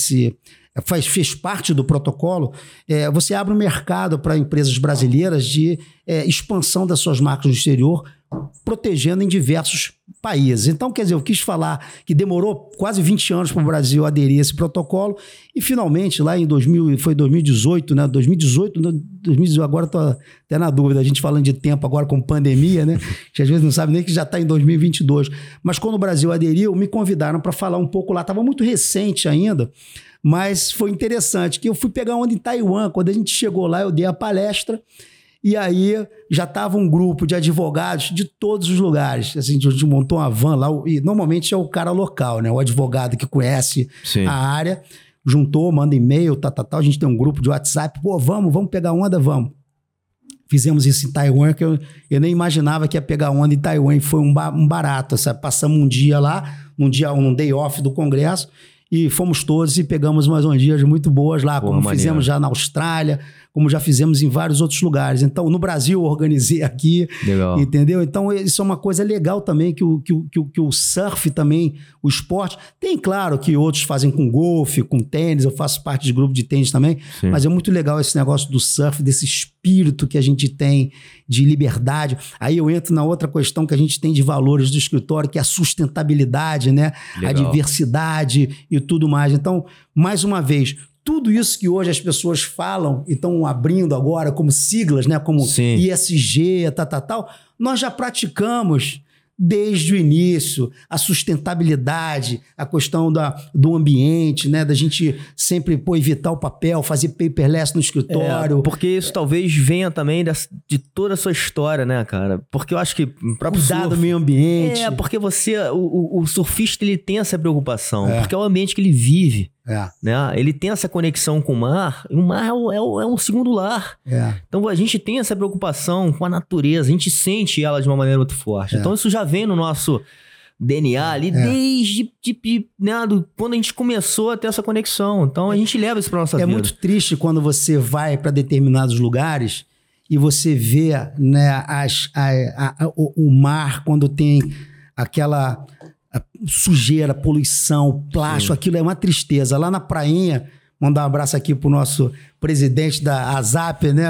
fez parte do protocolo, você abre um mercado para empresas brasileiras de expansão das suas marcas no exterior, protegendo em diversos países. Então, quer dizer, eu quis falar que demorou quase 20 anos para o Brasil aderir a esse protocolo e finalmente lá em 2018, né? 2018, agora estou até na dúvida, a gente falando de tempo agora com pandemia, né? Que às vezes não sabe nem que já está em 2022. Mas quando o Brasil aderiu, me convidaram para falar um pouco lá. Estava muito recente ainda, mas foi interessante que eu fui pegar onda em Taiwan. Quando a gente chegou lá, eu dei a palestra e aí já estava um grupo de advogados de todos os lugares. Assim, a gente montou uma van lá e normalmente é o cara local, né? O advogado que conhece a área, juntou, manda e-mail, a gente tem um grupo de WhatsApp, pô, vamos pegar onda, vamos. Fizemos isso em Taiwan, que eu nem imaginava que ia pegar onda em Taiwan, e foi um barato, sabe? Passamos um dia lá, um day off do congresso, e fomos todos e pegamos umas ondinhas muito boas lá, como fizemos já na Austrália, como já fizemos em vários outros lugares. Então, no Brasil, eu organizei aqui, entendeu? Então, isso é uma coisa legal também, que o surf também, o esporte, tem, claro, que outros fazem com golfe, com tênis, eu faço parte de grupo de tênis também, mas é muito legal esse negócio do surf, desse espírito que a gente tem de liberdade. Aí eu entro na outra questão que a gente tem de valores do escritório, que é a sustentabilidade, né? A diversidade e tudo mais. Então, mais uma vez, tudo isso que hoje as pessoas falam e estão abrindo agora como siglas, né? Como ISG, tal, nós já praticamos desde o início, a sustentabilidade, a questão do ambiente, né? Da gente sempre evitar o papel, fazer paperless no escritório. Porque isso talvez venha também de toda a sua história, né, cara? Porque eu acho que o próprio cuidar do meio ambiente. Porque o surfista, ele tem essa preocupação, porque é o ambiente que ele vive. Né? Ele tem essa conexão com o mar, e o mar é um segundo lar. Então a gente tem essa preocupação com a natureza, a gente sente ela de uma maneira muito forte. Então isso já vem no nosso DNA ali desde né, quando a gente começou a ter essa conexão. Então a gente leva isso pra nossa vida. É muito triste quando você vai para determinados lugares e você vê, né, o mar quando tem aquela sujeira, poluição, plástico, aquilo é uma tristeza. Lá na prainha, mandar um abraço aqui pro nosso presidente da ASAP, né,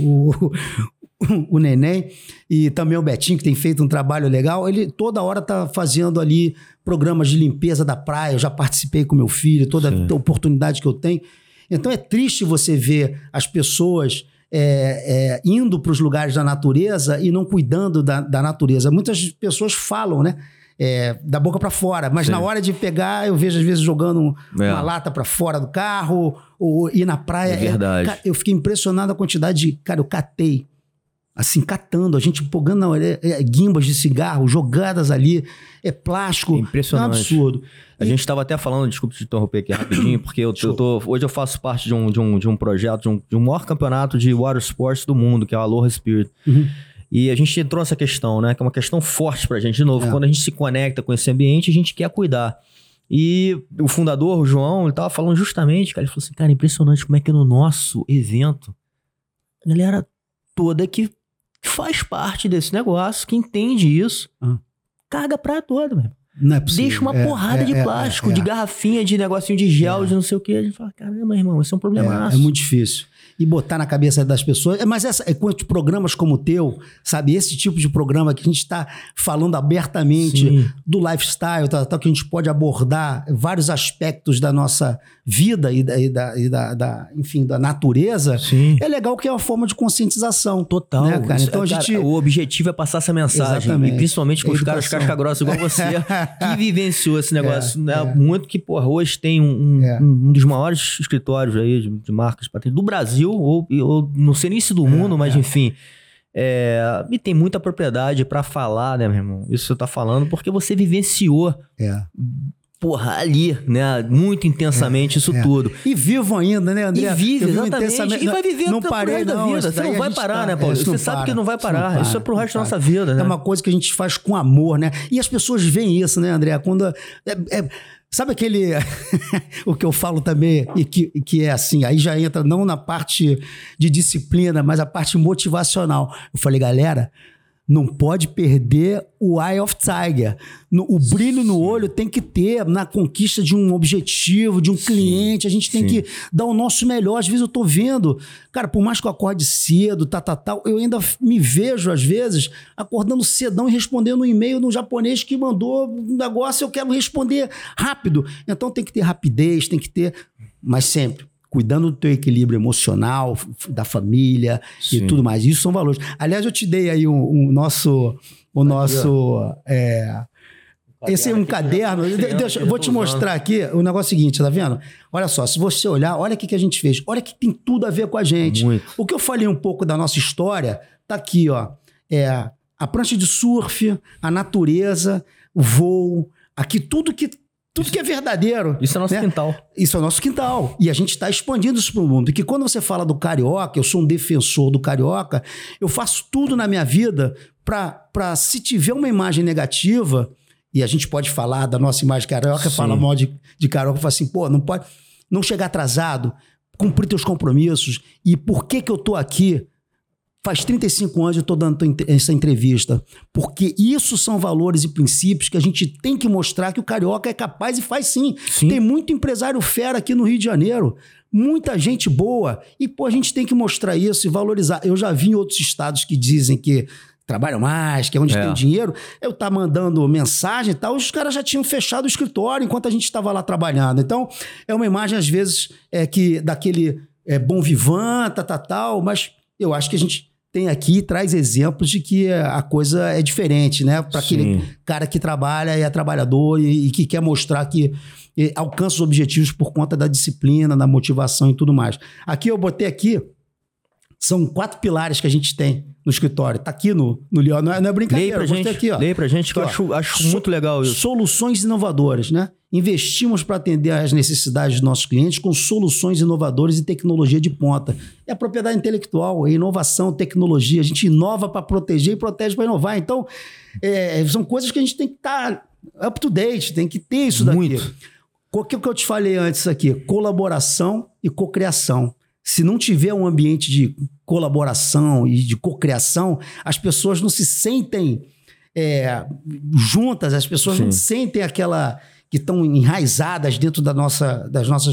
o Neném, e também o Betinho, que tem feito um trabalho legal. Ele toda hora tá fazendo ali programas de limpeza da praia. Eu já participei com meu filho, toda a oportunidade que eu tenho. Então é triste você ver as pessoas indo para os lugares da natureza e não cuidando da natureza. Muitas pessoas falam, né? Da boca para fora, mas na hora de pegar, eu vejo às vezes jogando uma lata para fora do carro ou ir na praia. É verdade. Cara, eu fiquei impressionado a quantidade de... Cara, eu catei, assim, catando, a gente pegando guimbas de cigarro, jogadas ali, plástico. Impressionante. É um absurdo. A gente estava até falando, desculpa te interromper aqui rapidinho, porque hoje eu faço parte de um projeto, de um maior campeonato de water sports do mundo, que é o Aloha Spirit. E a gente entrou nessa questão, né? Que é uma questão forte pra gente. De novo, quando a gente se conecta com esse ambiente, a gente quer cuidar. E o fundador, o João, ele tava falando justamente, cara, ele falou assim, cara, impressionante como é que no nosso evento, a galera toda que faz parte desse negócio, que entende isso, caga a praia toda, velho. Não é possível. Deixa uma porrada de plástico, de garrafinha, de negocinho de gel, de não sei o que. A gente fala, caramba, irmão, isso é um problemaço. É muito difícil. E botar na cabeça das pessoas. Mas quantos programas como o teu, sabe? Esse tipo de programa que a gente está falando abertamente do lifestyle, tal, que a gente pode abordar vários aspectos da nossa vida enfim, da natureza. É legal que é uma forma de conscientização. Total. Né, cara? Então, o objetivo é passar essa mensagem. Exatamente. E principalmente com os caras casca-grossa igual você, que vivenciou esse negócio. Muito que, porra, hoje tem um dos maiores escritórios aí de marcas patentes do Brasil, ou não sei nem se do mundo, mas enfim. E tem muita propriedade pra falar, né, meu irmão? Isso que você tá falando, porque você vivenciou. Porra, ali, né? Muito intensamente isso tudo. E vivo ainda, né, André? E vive, exatamente. E vai viver não parei, da vida. Você não vai parar, né, Paulo? Você sabe que não vai parar. Isso é pro resto da nossa vida, né? É uma coisa que a gente faz com amor, né? E as pessoas veem isso, né, André? Quando... sabe aquele... o que eu falo também, e que é assim, aí já entra não na parte de disciplina, mas a parte motivacional. Eu falei, galera... Não pode perder o Eye of Tiger. O brilho no olho tem que ter na conquista de um objetivo, de um cliente. A gente tem que dar o nosso melhor. Às vezes eu tô vendo, cara, por mais que eu acorde cedo, tal, eu ainda me vejo, às vezes, acordando cedão e respondendo um e-mail no japonês que mandou um negócio, eu quero responder rápido. Então tem que ter rapidez, tem que ter... Mas sempre... cuidando do teu equilíbrio emocional, da família e tudo mais. Isso são valores. Aliás, eu te dei aí o nosso... esse é um caderno. Eu vou te mostrar aqui o negócio seguinte, tá vendo? Olha só, se você olhar, olha o que a gente fez. Olha que tem tudo a ver com a gente. Muito. O que eu falei um pouco da nossa história, tá aqui, ó. A prancha de surf, a natureza, o voo, aqui tudo que é verdadeiro. Isso é nosso quintal. Isso é nosso quintal. E a gente está expandindo isso para o mundo. E que quando você fala do carioca, eu sou um defensor do carioca, eu faço tudo na minha vida para se tiver uma imagem negativa, e a gente pode falar da nossa imagem carioca, fala mal de carioca, fala assim, pô, não pode não chegar atrasado, cumprir teus compromissos. E por que eu tô aqui? Faz 35 anos eu estou dando essa entrevista, porque isso são valores e princípios que a gente tem que mostrar que o carioca é capaz e faz sim. Tem muito empresário fera aqui no Rio de Janeiro, muita gente boa, e pô, a gente tem que mostrar isso e valorizar. Eu já vi em outros estados que dizem que trabalham mais, que é onde tem dinheiro, eu tá mandando mensagem e tal, os caras já tinham fechado o escritório enquanto a gente estava lá trabalhando. Então, é uma imagem, às vezes, que daquele bom vivant, tal, mas eu acho que a gente tem aqui, traz exemplos de que a coisa é diferente, né? Para aquele cara que trabalha e é trabalhador e que quer mostrar que alcança os objetivos por conta da disciplina, da motivação e tudo mais. Aqui eu botei aqui, são 4 pilares que a gente tem no escritório. Tá aqui no Leão, não é brincadeira. Leia pra gente, que eu acho muito legal isso. Soluções inovadoras, né? Investimos para atender às necessidades dos nossos clientes com soluções inovadoras e tecnologia de ponta. É a propriedade intelectual, é inovação, tecnologia. A gente inova para proteger e protege para inovar. Então, são coisas que a gente tem que estar up to date, tem que ter isso daqui. Muito. O que eu te falei antes aqui? Colaboração e cocriação. Se não tiver um ambiente de colaboração e de cocriação, as pessoas não se sentem juntas, as pessoas não sentem aquela... que estão enraizadas dentro nossa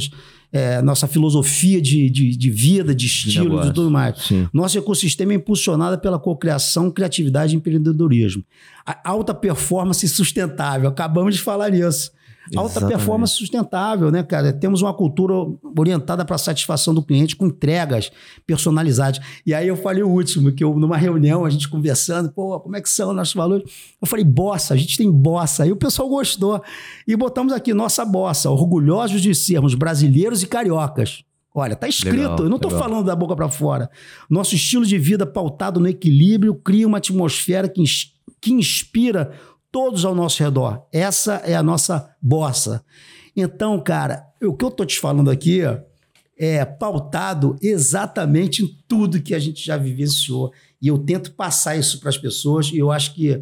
filosofia de vida, de estilo e tudo mais. Sim. Nosso ecossistema é impulsionado pela cocriação, criatividade e empreendedorismo. A alta performance sustentável, acabamos de falar nisso. Exatamente. Alta performance sustentável, né, cara? Temos uma cultura orientada para a satisfação do cliente com entregas personalizadas. E aí eu falei o último, que numa reunião, a gente conversando, como é que são os nossos valores? Eu falei, bossa, a gente tem bossa. Aí o pessoal gostou. E botamos aqui, nossa bossa, orgulhosos de sermos brasileiros e cariocas. Olha, tá escrito, legal, eu não estou falando da boca para fora. Nosso estilo de vida pautado no equilíbrio cria uma atmosfera que inspira todos ao nosso redor. Essa é a nossa bossa. Então, cara, o que eu tô te falando aqui é pautado exatamente em tudo que a gente já vivenciou. E eu tento passar isso para as pessoas. E eu acho que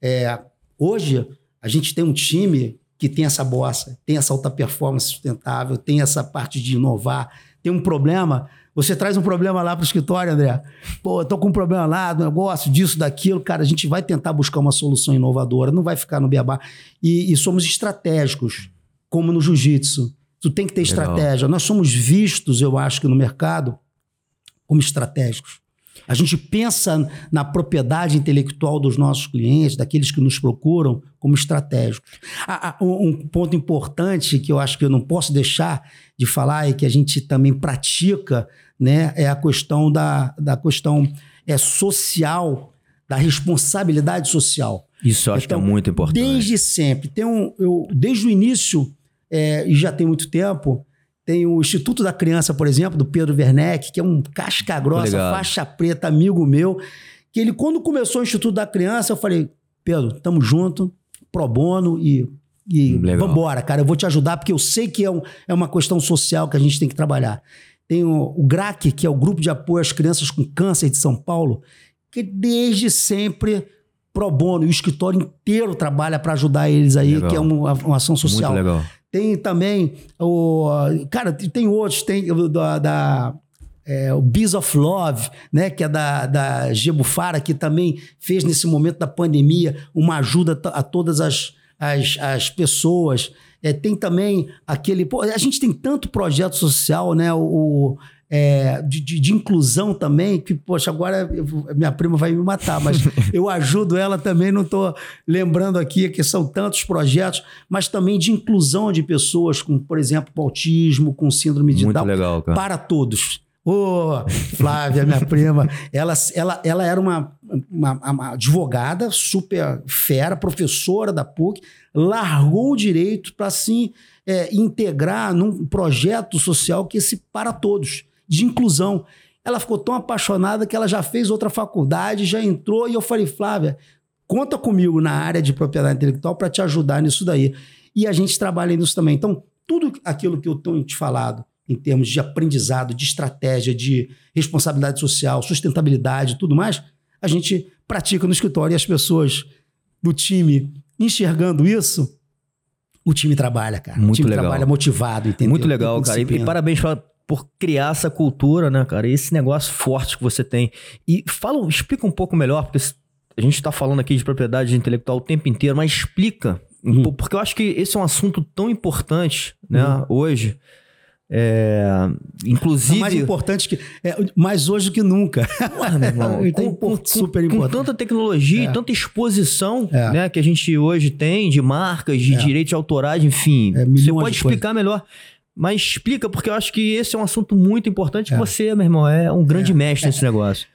hoje a gente tem um time que tem essa bossa, tem essa alta performance sustentável, tem essa parte de inovar. Tem um problema... Você traz um problema lá para o escritório, André. Tô com um problema lá, do negócio, disso, daquilo. Cara, a gente vai tentar buscar uma solução inovadora, não vai ficar no beabá. E somos estratégicos, como no jiu-jitsu. Tu tem que ter estratégia. Nós somos vistos, eu acho que no mercado, como estratégicos. A gente pensa na propriedade intelectual dos nossos clientes, daqueles que nos procuram, como estratégicos. Um ponto importante que eu acho que eu não posso deixar de falar e que a gente também pratica, né, é a questão da questão social, da responsabilidade social. Isso eu acho que é muito importante. Desde sempre. Desde o início, e já tem muito tempo... Tem o Instituto da Criança, por exemplo, do Pedro Werneck, que é um casca grossa, faixa preta, amigo meu, que ele, quando começou o Instituto da Criança, eu falei, Pedro, tamo junto, pro bono e vambora, cara, eu vou te ajudar, porque eu sei que é uma questão social que a gente tem que trabalhar. Tem o GRAC, que é o Grupo de Apoio às Crianças com Câncer de São Paulo, que desde sempre pro bono, e o escritório inteiro trabalha para ajudar eles aí, que é uma ação social. Muito legal. Tem também cara, tem outros, tem o Bees of Love, né, que é da Gebufara, que também fez nesse momento da pandemia uma ajuda a todas as pessoas. Tem também aquele... a gente tem tanto projeto social, né, de inclusão também, que, poxa, agora minha prima vai me matar, mas eu ajudo ela também, não estou lembrando aqui que são tantos projetos, mas também de inclusão de pessoas com, por exemplo, com autismo, com síndrome de Down, legal, cara. Para todos. Flávia, minha prima, ela era uma advogada super fera, professora da PUC, largou o direito para, assim, integrar num projeto social que esse para todos, de inclusão. Ela ficou tão apaixonada que ela já fez outra faculdade, já entrou, e eu falei, Flávia, conta comigo na área de propriedade intelectual para te ajudar nisso daí. E a gente trabalha nisso também. Então, tudo aquilo que eu tenho te falado, em termos de aprendizado, de estratégia, de responsabilidade social, sustentabilidade e tudo mais, a gente pratica no escritório, e as pessoas do time enxergando isso, o time trabalha, cara. Muito o time legal. Trabalha motivado, entendeu? Muito legal, cara. E parabéns por criar essa cultura, né, cara? Esse negócio forte que você tem. E explica um pouco melhor, porque a gente está falando aqui de propriedade intelectual o tempo inteiro, mas explica, porque eu acho que esse é um assunto tão importante, né, hoje. Inclusive... mais importante mais hoje do que nunca. Ué, meu irmão, super importante. Com tanta tecnologia e tanta exposição, né, que a gente hoje tem de marcas, de direitos autorais, enfim. Você pode explicar melhor. Mas explica, porque eu acho que esse é um assunto muito importante que você, meu irmão, é um grande mestre nesse negócio.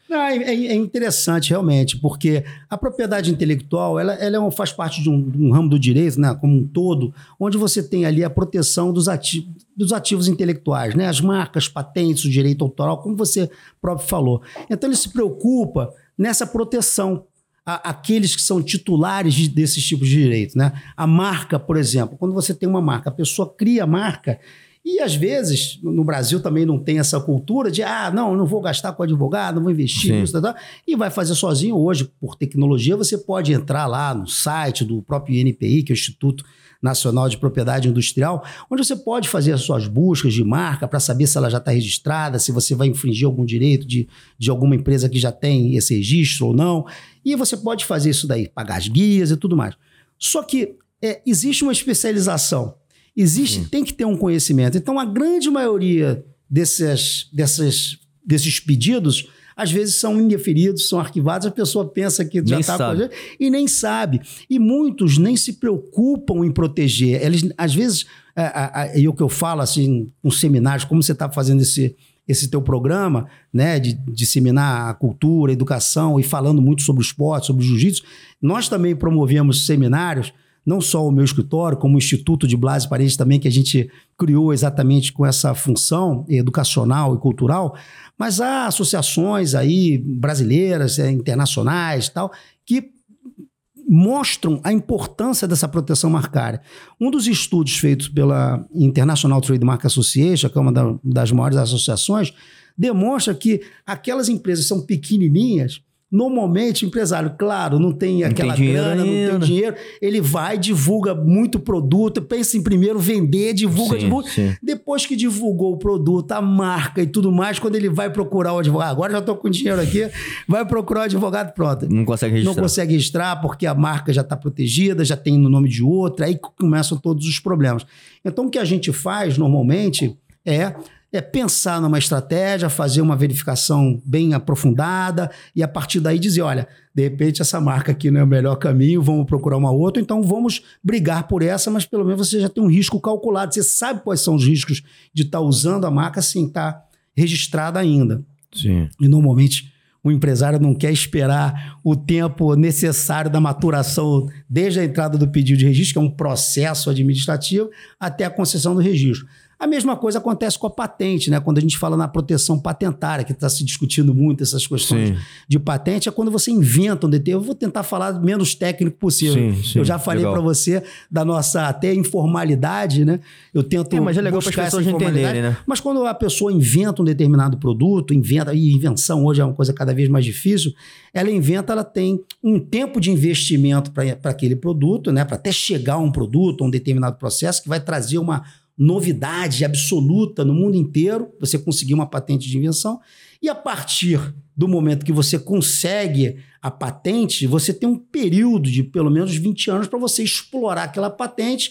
Não, é interessante, realmente, porque a propriedade intelectual ela faz parte de um ramo do direito, né, como um todo, onde você tem ali a proteção dos ativos intelectuais, né, as marcas, patentes, o direito autoral, como você próprio falou. Então, ele se preocupa nessa proteção àqueles que são titulares desses tipos de direitos, né? A marca, por exemplo, quando você tem uma marca, a pessoa cria a marca. E, às vezes, no Brasil também não tem essa cultura de não vou gastar com advogado, não vou investir nisso, e vai fazer sozinho. Hoje, por tecnologia, você pode entrar lá no site do próprio INPI, que é o Instituto Nacional de Propriedade Industrial, onde você pode fazer as suas buscas de marca para saber se ela já está registrada, se você vai infringir algum direito de alguma empresa que já tem esse registro ou não. E você pode fazer isso daí, pagar as guias e tudo mais. Só que existe uma especialização. Tem que ter um conhecimento. Então, a grande maioria desses pedidos, às vezes, são indeferidos, são arquivados, a pessoa pensa que já está... E nem sabe. E muitos nem se preocupam em proteger. Eles, às vezes, o que eu falo, assim, com seminários, como você está fazendo esse teu programa, né, de disseminar a cultura, a educação e falando muito sobre o esporte, sobre o jiu-jitsu, nós também promovemos seminários, não só o meu escritório, como o Instituto de Blas Parede também, que a gente criou exatamente com essa função educacional e cultural, mas há associações aí brasileiras, internacionais e tal, que mostram a importância dessa proteção marcária. Um dos estudos feitos pela International Trademark Association, que é uma das maiores associações, demonstra que aquelas empresas que são pequenininhas, normalmente o empresário, claro, não tem aquela grana, não tem dinheiro, ele vai, divulga muito produto, pensa em primeiro vender, divulga. Sim. Depois que divulgou o produto, a marca e tudo mais, quando ele vai procurar o advogado, agora já estou com dinheiro aqui, vai procurar o advogado, pronto. Não consegue registrar. Não consegue registrar porque a marca já está protegida, já tem no nome de outra, aí começam todos os problemas. Então, o que a gente faz normalmente é pensar numa estratégia, fazer uma verificação bem aprofundada e a partir daí dizer, olha, de repente essa marca aqui não é o melhor caminho, vamos procurar uma outra, então vamos brigar por essa, mas pelo menos você já tem um risco calculado, você sabe quais são os riscos de estar usando a marca sem estar registrada ainda. Sim. E normalmente o empresário não quer esperar o tempo necessário da maturação desde a entrada do pedido de registro, que é um processo administrativo, até a concessão do registro. A mesma coisa acontece com a patente, né? Quando a gente fala na proteção patentária, que está se discutindo muito essas questões de patente, é quando você inventa um determinado. Eu vou tentar falar menos técnico possível. Sim, eu já falei para você da nossa até informalidade, né? Eu tento mas é legal para as pessoas entenderem, né? Mas quando a pessoa inventa um determinado produto, e invenção hoje é uma coisa cada vez mais difícil, ela tem um tempo de investimento para aquele produto, né? Para até chegar a um produto, a um determinado processo que vai trazer uma novidade absoluta no mundo inteiro, você conseguir uma patente de invenção, e a partir do momento que você consegue a patente, você tem um período de pelo menos 20 anos para você explorar aquela patente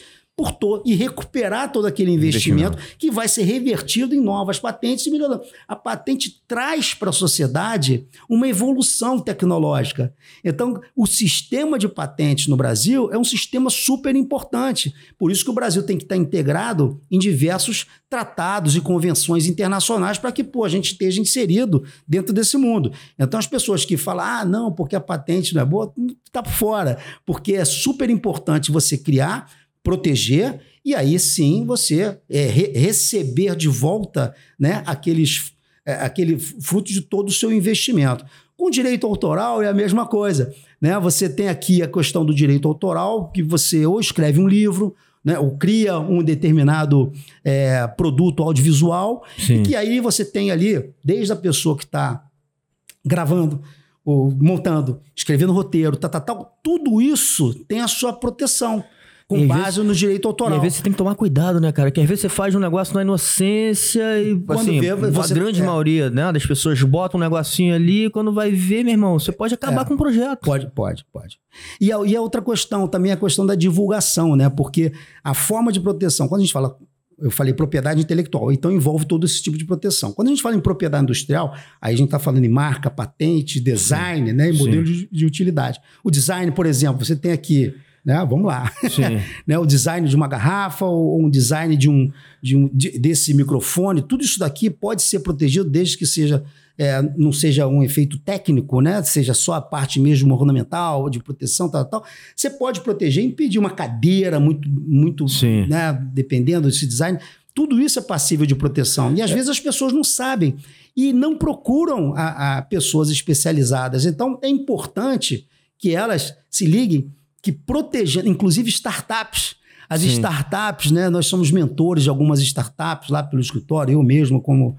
e recuperar todo aquele investimento que vai ser revertido em novas patentes e melhorando. A patente traz para a sociedade uma evolução tecnológica. Então, o sistema de patentes no Brasil é um sistema super importante. Por isso que o Brasil tem que estar integrado em diversos tratados e convenções internacionais para que a gente esteja inserido dentro desse mundo. Então, as pessoas que falam, não, porque a patente não é boa, está por fora. Porque é super importante você criar, proteger e aí sim você receber de volta, né, aquele fruto de todo o seu investimento. Com direito autoral é a mesma coisa, né? Você tem aqui a questão do direito autoral, que você ou escreve um livro, né, ou cria um determinado produto audiovisual, e que aí você tem ali, desde a pessoa que está gravando, ou montando, escrevendo roteiro, tudo isso tem a sua proteção. Com base no direito autoral. E às vezes você tem que tomar cuidado, né, cara? Que às vezes você faz um negócio na inocência e, quando assim, a grande maioria, né, das pessoas botam um negocinho ali e quando vai ver, meu irmão, você pode acabar com o projeto. Pode. E a outra questão também é a questão da divulgação, né? Porque a forma de proteção, quando a gente fala... Eu falei propriedade intelectual, então envolve todo esse tipo de proteção. Quando a gente fala em propriedade industrial, aí a gente está falando em marca, patente, design, né, e modelo de utilidade. O design, por exemplo, você tem aqui né? Vamos lá. Sim. Né? O design de uma garrafa ou um design desse microfone, tudo isso daqui pode ser protegido desde que não seja um efeito técnico, né? Seja só a parte mesmo ornamental, de proteção, tal. Você pode proteger, impedir uma cadeira muito né? Dependendo desse design. Tudo isso é passível de proteção. E às vezes as pessoas não sabem e não procuram a pessoas especializadas. Então é importante que elas se liguem que protegendo, inclusive startups. As startups, né? Nós somos mentores de algumas startups lá pelo escritório, eu mesmo como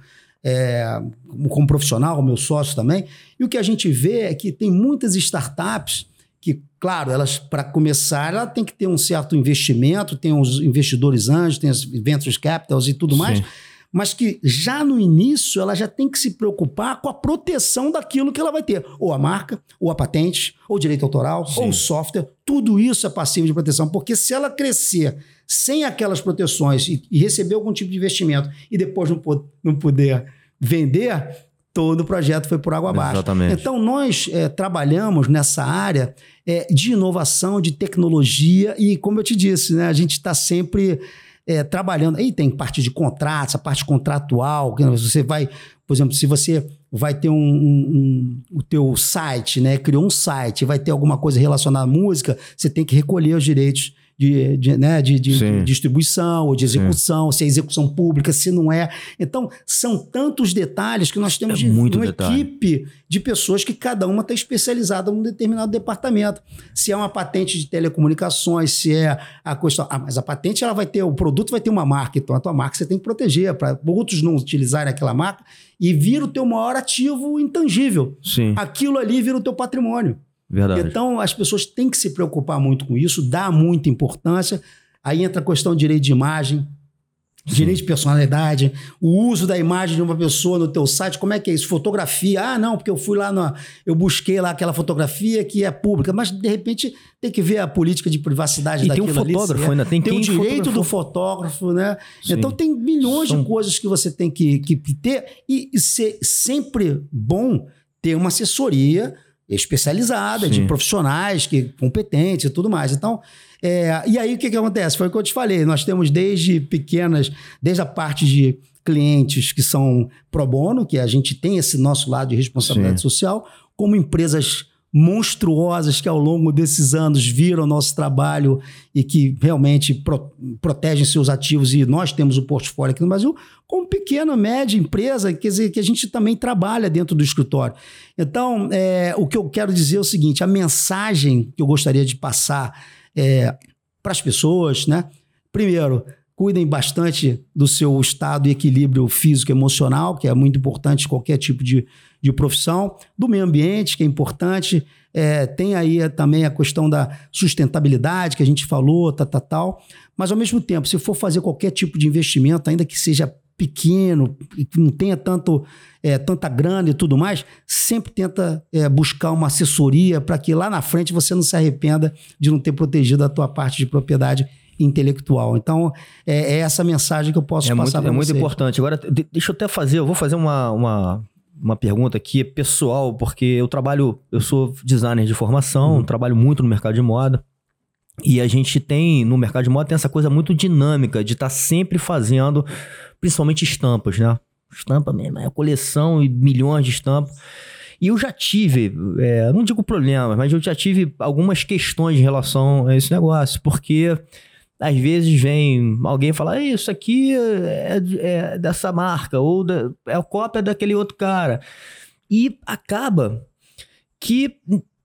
profissional, meu sócio também. E o que a gente vê é que tem muitas startups que, claro, elas, para começar, ela tem que ter um certo investimento, tem os investidores anjos, tem as ventures capitals e tudo mais, mas que já no início ela já tem que se preocupar com a proteção daquilo que ela vai ter. Ou a marca, ou a patente, ou direito autoral, ou o software. Tudo isso é passível de proteção, porque se ela crescer sem aquelas proteções e receber algum tipo de investimento e depois não poder vender, todo o projeto foi por água abaixo. Exatamente. Então, nós trabalhamos nessa área de inovação, de tecnologia e, como eu te disse, né, a gente está sempre trabalhando. Aí tem parte de contratos, a parte contratual, que você vai, por exemplo, se você vai ter o teu site, né, criou um site, vai ter alguma coisa relacionada à música, você tem que recolher os direitos de distribuição ou de execução, se é execução pública, se não é. Então, são tantos detalhes que nós temos uma equipe de pessoas que cada uma está especializada num determinado departamento. Se é uma patente de telecomunicações, se é a questão... mas a patente, ela vai ter... O produto vai ter uma marca, então a tua marca você tem que proteger para outros não utilizarem aquela marca e vira o teu maior ativo intangível. Sim. Aquilo ali vira o teu patrimônio. Verdade. Então, as pessoas têm que se preocupar muito com isso, dá muita importância. Aí entra a questão de direito de imagem, direito de personalidade, o uso da imagem de uma pessoa no teu site, como é que é isso? Fotografia, não, porque eu fui lá, eu busquei lá aquela fotografia que é pública, mas de repente tem que ver a política de privacidade daquilo ali. E tem um fotógrafo ainda, tem o direito do fotógrafo, né? Sim. Então tem milhões de coisas que você tem que ter e ser sempre bom ter uma assessoria especializada, de profissionais competentes e tudo mais. Então, e aí o que acontece? Foi o que eu te falei, nós temos desde a parte de clientes que são pro bono, que a gente tem esse nosso lado de responsabilidade social, como empresas monstruosas que ao longo desses anos viram o nosso trabalho e que realmente protegem seus ativos, e nós temos o portfólio aqui no Brasil, como pequena, média empresa, quer dizer, que a gente também trabalha dentro do escritório. Então, o que eu quero dizer é o seguinte, a mensagem que eu gostaria de passar para as pessoas, né? Primeiro, cuidem bastante do seu estado e equilíbrio físico e emocional, que é muito importante em qualquer tipo de profissão, do meio ambiente, que é importante, tem aí também a questão da sustentabilidade, que a gente falou, tal, mas ao mesmo tempo, se for fazer qualquer tipo de investimento, ainda que seja pequeno, que não tenha tanta grana e tudo mais, sempre tenta buscar uma assessoria para que lá na frente você não se arrependa de não ter protegido a tua parte de propriedade intelectual. Então, é essa mensagem que eu posso passar para vocês. É muito importante. Agora, deixa eu até eu vou fazer uma pergunta aqui pessoal, porque eu sou designer de formação, trabalho muito no mercado de moda, e a gente no mercado de moda tem essa coisa muito dinâmica de estar sempre fazendo, principalmente estampas, né? Estampa mesmo, é coleção e milhões de estampas. E eu já tive, não digo problemas, mas eu já tive algumas questões em relação a esse negócio, porque às vezes vem alguém falar, isso aqui é dessa marca, ou é a cópia daquele outro cara. E acaba que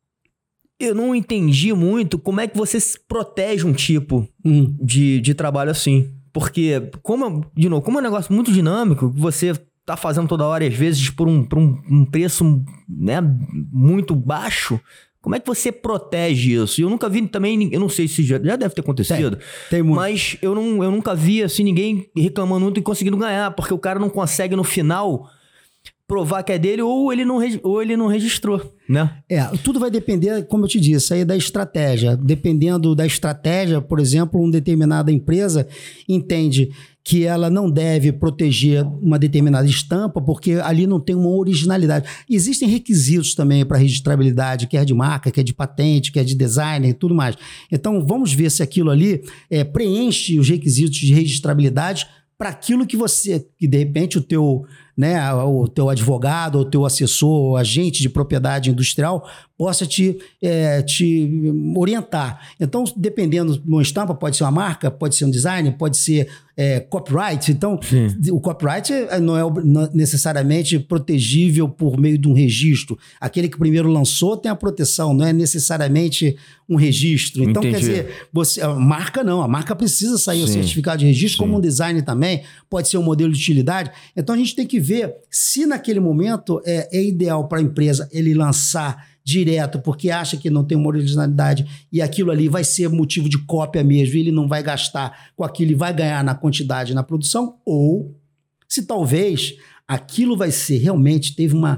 eu não entendi muito como é que você protege um tipo de trabalho assim. Porque, como é um negócio muito dinâmico, você tá fazendo toda hora, e às vezes por um preço, né, muito baixo, como é que você protege isso? E eu nunca vi também, eu não sei se já deve ter acontecido, tem muito. Mas eu nunca vi assim, ninguém reclamando muito e conseguindo ganhar, porque o cara não consegue no final provar que é dele, ou ele não registrou, né? Tudo vai depender, como eu te disse, aí da estratégia. Dependendo da estratégia, por exemplo, uma determinada empresa entende que ela não deve proteger uma determinada estampa, porque ali não tem uma originalidade. Existem requisitos também para registrabilidade, quer de marca, quer de patente, quer de design e tudo mais. Então, vamos ver se aquilo ali preenche os requisitos de registrabilidade para aquilo que de repente o teu advogado, ou o teu assessor, ou agente de propriedade industrial possa te orientar. Então, dependendo de uma estampa, pode ser uma marca, pode ser um design, pode ser copyright. Então, o copyright não é necessariamente protegível por meio de um registro. Aquele que primeiro lançou tem a proteção, não é necessariamente um registro. Então, Entendi. quer dizer, a marca não. A marca precisa sair o certificado de registro, como um design também, pode ser um modelo de utilidade. Então, a gente tem que ver se naquele momento é ideal para a empresa ele lançar direto, porque acha que não tem uma originalidade e aquilo ali vai ser motivo de cópia mesmo, e ele não vai gastar com aquilo e vai ganhar na quantidade na produção, ou se talvez aquilo vai ser realmente, teve uma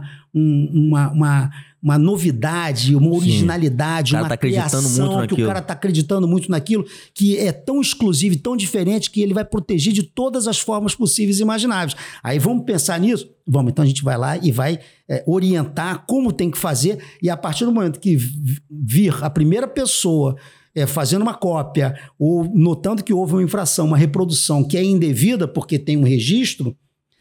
novidade, uma originalidade, uma criação, que o cara está acreditando muito naquilo, que é tão exclusivo e tão diferente que ele vai proteger de todas as formas possíveis e imagináveis. Aí vamos pensar nisso? Vamos, então a gente vai lá e vai orientar como tem que fazer, e a partir do momento que vir a primeira pessoa fazendo uma cópia ou notando que houve uma infração, uma reprodução que é indevida porque tem um registro,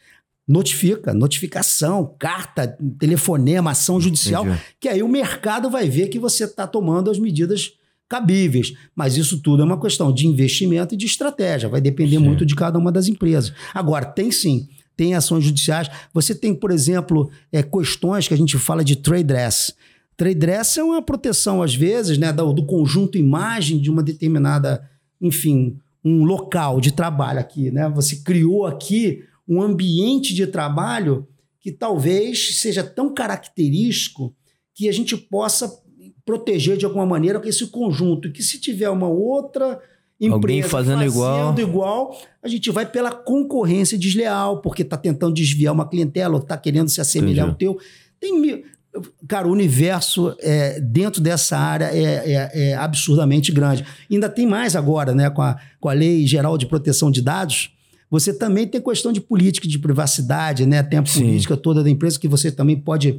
notificação, carta, telefonema, ação judicial, que aí o mercado vai ver que você está tomando as medidas cabíveis. Mas isso tudo é uma questão de investimento e de estratégia, vai depender muito de cada uma das empresas. Agora, tem ações judiciais. Você tem, por exemplo, questões que a gente fala de trade dress. Trade dress é uma proteção, às vezes, né, do conjunto imagem de uma determinada, enfim, um local de trabalho aqui, né? Você criou aqui um ambiente de trabalho que talvez seja tão característico que a gente possa proteger de alguma maneira esse conjunto, que se tiver uma outra empresa fazendo igual, a gente vai pela concorrência desleal, porque está tentando desviar uma clientela ou está querendo se assemelhar ao teu. Cara, o universo dentro dessa área é absurdamente grande. Ainda tem mais agora, né, com a Lei Geral de Proteção de Dados. Você também tem questão de política de privacidade, né? Tem a política toda da empresa que você também pode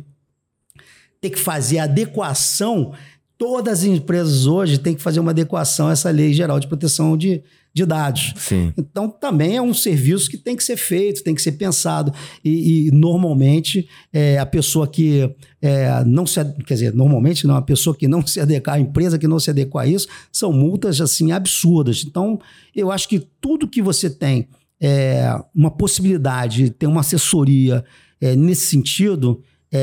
ter que fazer adequação. Todas as empresas hoje têm que fazer uma adequação a essa Lei Geral de Proteção de Dados. Sim. Então, também é um serviço que tem que ser feito, tem que ser pensado. E normalmente, a pessoa que não se... Quer dizer, normalmente não, a pessoa que não se adequar, a empresa que não se adequar a isso, são multas, assim, absurdas. Então, eu acho que tudo que você tem uma possibilidade de ter uma assessoria nesse sentido,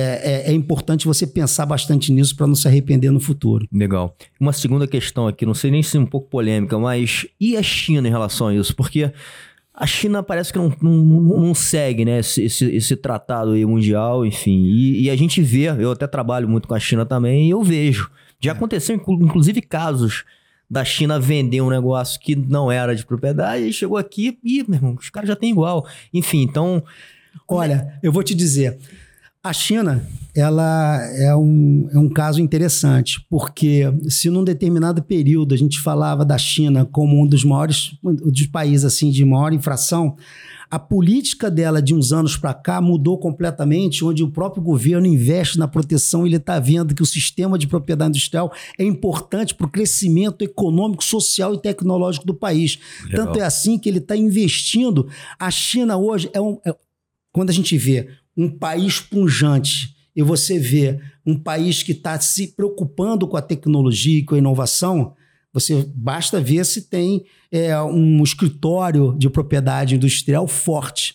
é importante você pensar bastante nisso para não se arrepender no futuro. Legal. Uma segunda questão aqui, não sei nem se é um pouco polêmica, mas e a China em relação a isso? Porque a China parece que não segue, né, esse tratado aí mundial, enfim. E a gente vê, eu até trabalho muito com a China também, e eu vejo. Já aconteceu, inclusive, casos da China vender um negócio que não era de propriedade, e chegou aqui e, meu irmão, os caras já têm igual. Enfim, então... Olha, eu vou te dizer, a China, ela é um caso interessante, porque se num determinado período a gente falava da China como um dos países assim, de maior infração, a política dela de uns anos para cá mudou completamente, onde o próprio governo investe na proteção e ele está vendo que o sistema de propriedade industrial é importante para o crescimento econômico, social e tecnológico do país. Legal. Tanto é assim que ele está investindo. A China hoje quando a gente vê um país pujante e você vê um país que está se preocupando com a tecnologia e com a inovação, basta ver se tem um escritório de propriedade industrial forte.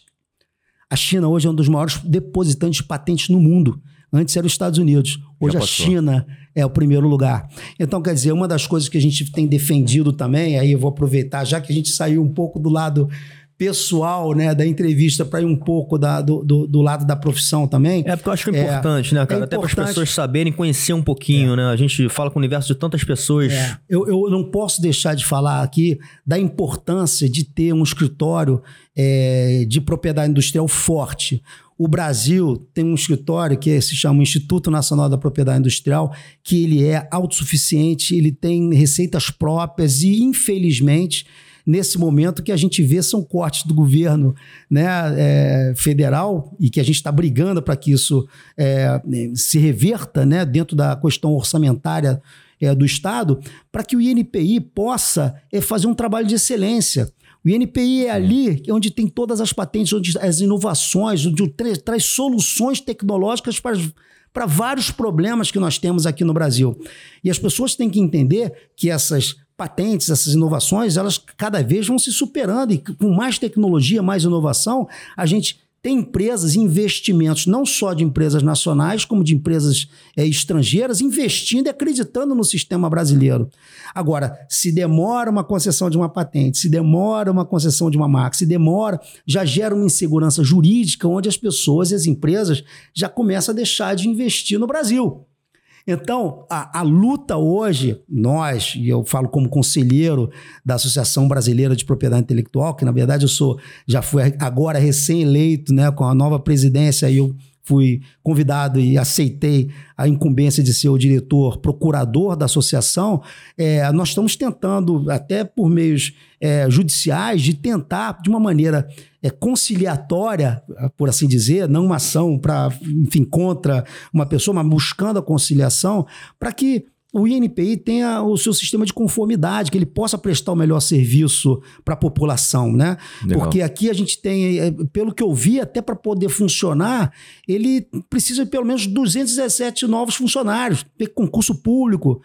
A China hoje é um dos maiores depositantes de patentes no mundo. Antes era os Estados Unidos. Hoje a China é o primeiro lugar. Então, quer dizer, uma das coisas que a gente tem defendido também, aí eu vou aproveitar, já que a gente saiu um pouco do lado pessoal, né, da entrevista para ir um pouco do lado da profissão também. Porque eu acho que é importante, né, cara? Até para as pessoas saberem, conhecer um pouquinho, né? A gente fala com o universo de tantas pessoas. Eu não posso deixar de falar aqui da importância de ter um escritório de propriedade industrial forte. O Brasil tem um escritório que se chama Instituto Nacional da Propriedade Industrial, que ele é autossuficiente, ele tem receitas próprias e, infelizmente, nesse momento que a gente vê são cortes do governo, né, federal, e que a gente está brigando para que isso se reverta, né, dentro da questão orçamentária do Estado, para que o INPI possa fazer um trabalho de excelência. O INPI é ali onde tem todas as patentes, onde as inovações, onde traz soluções tecnológicas para vários problemas que nós temos aqui no Brasil. E as pessoas têm que entender que essas patentes, essas inovações, elas cada vez vão se superando, e com mais tecnologia, mais inovação, a gente tem empresas e investimentos, não só de empresas nacionais, como de empresas estrangeiras, investindo e acreditando no sistema brasileiro. Agora, se demora uma concessão de uma patente, se demora uma concessão de uma marca, se demora, já gera uma insegurança jurídica, onde as pessoas e as empresas já começam a deixar de investir no Brasil. Então, a luta hoje, nós, e eu falo como conselheiro da Associação Brasileira de Propriedade Intelectual, que na verdade já fui agora recém-eleito, né, com a nova presidência, e eu fui convidado e aceitei a incumbência de ser o diretor procurador da associação. Nós estamos tentando, até por meios judiciais, de tentar, de uma maneira conciliatória, por assim dizer, não uma ação contra uma pessoa, mas buscando a conciliação, para que o INPI tenha o seu sistema de conformidade, que ele possa prestar o melhor serviço para a população, né? Legal. Porque aqui a gente tem, pelo que eu vi, até para poder funcionar, ele precisa de pelo menos 217 novos funcionários, ter concurso público,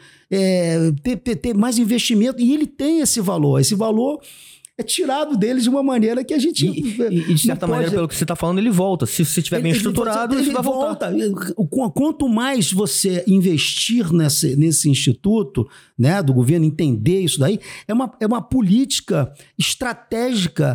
ter mais investimento, e ele tem esse valor. Esse valor é tirado deles de uma maneira que a gente... E de certa maneira, pelo que você está falando, ele volta. Se você estiver bem estruturado, ele vai voltar. Quanto mais você investir nesse instituto, né, do governo, entender isso daí, é uma política estratégica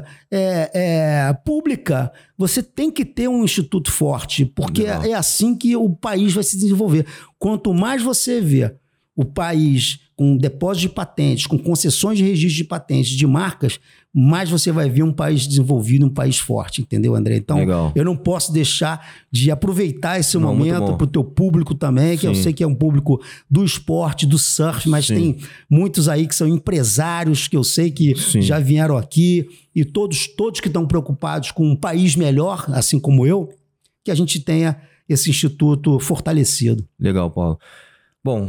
pública. Você tem que ter um instituto forte, porque é assim que o país vai se desenvolver. Quanto mais você vê o país com depósito de patentes, com concessões de registro de patentes, de marcas, mais você vai ver um país desenvolvido, um país forte, entendeu, André? Então, legal. Eu não posso deixar de aproveitar esse momento para o teu público também, que Sim. Eu sei que é um público do esporte, do surf, mas Sim. Tem muitos aí que são empresários, que eu sei que Sim. Já vieram aqui, e todos que estão preocupados com um país melhor, assim como eu, que a gente tenha esse instituto fortalecido. Legal, Paulo. Bom,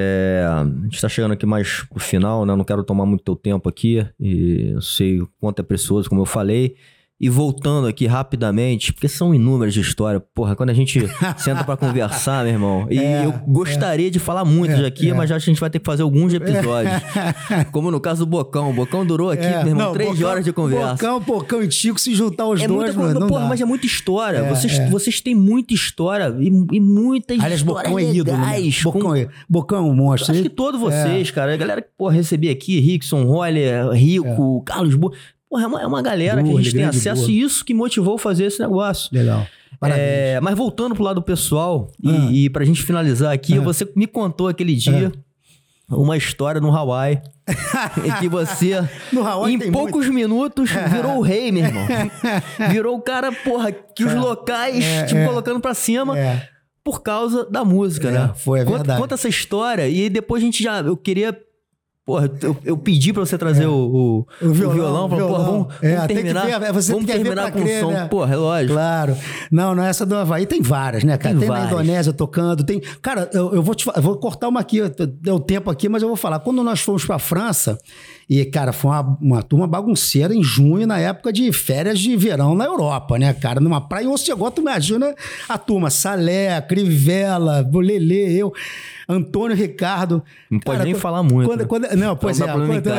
a gente está chegando aqui mais pro final, né? Eu não quero tomar muito teu tempo aqui, e eu sei o quanto é precioso, como eu falei. E voltando aqui rapidamente, porque são inúmeras de história. Porra, quando a gente senta para conversar, meu irmão, e eu gostaria de falar muito aqui, mas já acho que a gente vai ter que fazer alguns episódios. Como no caso do Bocão. O Bocão durou aqui, meu irmão, 3 horas de conversa. Bocão e Tico, se juntar os dois, mano, porra, mas é muita história. Vocês têm muita história e muitas histórias Bocão legais. Ídolo, né? Bocão é um monstro. Acho que todos vocês, cara. A galera que, recebi aqui, Rickson, Roller, Rico, Carlos Burro. Porra, é uma galera que a gente tem acesso, e isso que motivou a fazer esse negócio. Legal. Mas voltando pro lado pessoal, e pra gente finalizar aqui, você me contou aquele dia uma história no Hawaii, em que você, em poucos minutos, virou o rei, meu irmão. Virou o cara, que os locais colocando pra cima. Por causa da música, né? Foi, verdade. Conta essa história, e depois a gente eu queria... Porra, eu pedi pra você trazer o violão. Vamos terminar, vamos terminar com o som. Né? Porra, é lógico. Claro. Não, essa do Havaí tem várias, né, cara? Tem na Indonésia tocando, tem... Cara, eu vou cortar uma aqui, deu tempo aqui, mas eu vou falar. Quando nós fomos pra França, e, cara, foi uma turma bagunceira em junho, na época de férias de verão na Europa, né, cara? Numa praia em Ocegó, tu imagina a turma, Salé, Crivella, Lelê, eu... Antônio Ricardo. Não pode nem falar muito. Não, pois é.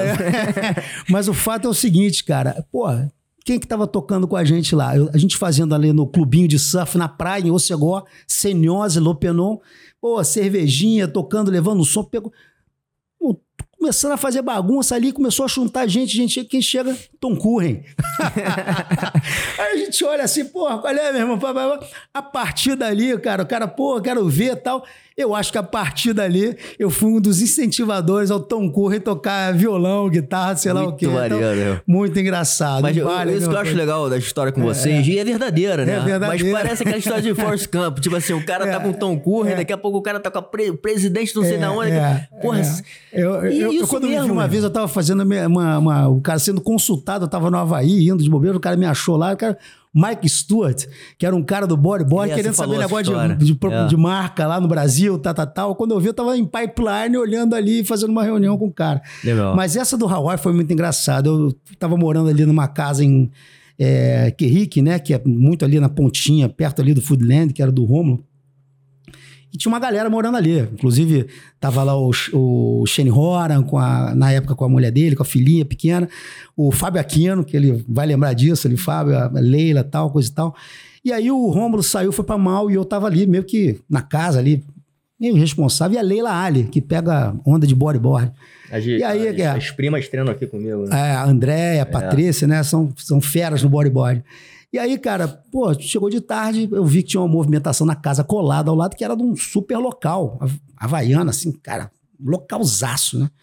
Mas o fato é o seguinte, cara. Porra, quem que tava tocando com a gente lá? A gente fazendo ali no clubinho de surf, na praia, em Ocegó, Senhose, Lopenon. Pô, cervejinha, tocando, levando o som. Começando a fazer bagunça ali, começou a juntar gente. Quem chega? Tom Curren. Aí a gente olha assim, porra, qual é, meu irmão? A partir dali, cara, o cara, quero ver e tal. Eu acho que a partir dali eu fui um dos incentivadores ao Tom Curren tocar violão, guitarra, sei lá o quê. Muito engraçado. Mas isso que eu acho legal da história com vocês, e é verdadeira, né? É verdadeira. Mas parece aquela história de Forrest Gump. Tipo assim, o cara tá com o Tom Curren, daqui a pouco o cara tá com o presidente não sei da onde. Porra, Quando me vi uma vez, eu tava fazendo o cara sendo consultado, eu tava no Havaí, indo de bobeira, o cara me achou lá, o cara... Mike Stewart, que era um cara do bodyboard, querendo saber negócio de marca lá no Brasil, tal. Quando eu vi, eu tava em pipeline, olhando ali, fazendo uma reunião com o cara. Legal. Mas essa do Hawaii foi muito engraçada. Eu tava morando ali numa casa em Querrique, né? Que é muito ali na pontinha, perto ali do Foodland, que era do Rômulo. E tinha uma galera morando ali. Inclusive, tava lá o Shane Horan, na época com a mulher dele, com a filhinha pequena. O Fábio Aquino, que ele vai lembrar disso, ali, Fábio, a Leila, tal, coisa e tal. E aí o Rômulo saiu, foi pra mal, e eu tava ali, meio que na casa ali, meio responsável. E a Leila Ali, que pega onda de bodyboard. E aí, as primas treinam aqui comigo, né? A Andréia, a Patrícia, né? São feras no bodyboard. E aí, cara, pô, chegou de tarde, eu vi que tinha uma movimentação na casa colada ao lado, que era de um super local, havaiana, assim, cara, localzaço, né?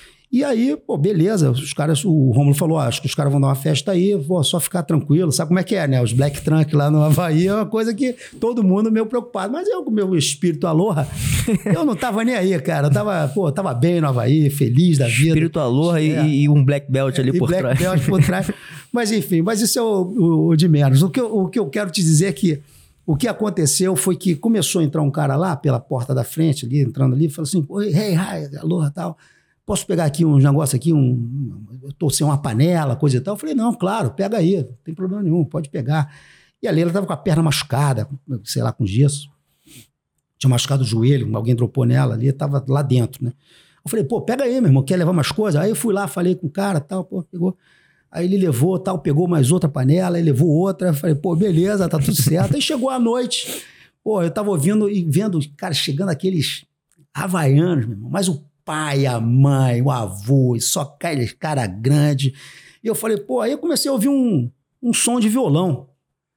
E aí, pô, beleza, os caras, o Rômulo falou, acho que os caras vão dar uma festa aí, pô, só ficar tranquilo, sabe como é que é, né? Os Black Trunk lá no Havaí é uma coisa que todo mundo meio preocupado, mas eu com o meu espírito aloha, eu não tava nem aí, cara, eu tava bem no Havaí, feliz da vida. Espírito aloha e um Black Belt ali por trás. Black Belt por trás. Mas enfim, isso é o de menos. O que eu quero te dizer é que o que aconteceu foi que começou a entrar um cara lá pela porta da frente, ali, entrando ali, falou assim, oi, hey, hi, aloha, tal. Posso pegar aqui um negócio aqui, eu tô sem uma panela, coisa e tal? Eu falei, não, claro, pega aí, não tem problema nenhum, pode pegar. E a Leila tava com a perna machucada, sei lá, com gesso. Tinha machucado o joelho, alguém dropou nela ali, tava lá dentro, né? Eu falei, pô, pega aí, meu irmão, quer levar umas coisas? Aí eu fui lá, falei com o cara, tal, pô, pegou. Aí ele levou, tal, pegou mais outra panela, ele levou outra. Eu falei, pô, beleza, tá tudo certo. Aí chegou a noite, pô, eu tava ouvindo e vendo, cara, chegando aqueles havaianos, meu irmão, mas o pai, a mãe, o avô, e só aqueles cara grande. E eu falei, pô, aí eu comecei a ouvir um som de violão.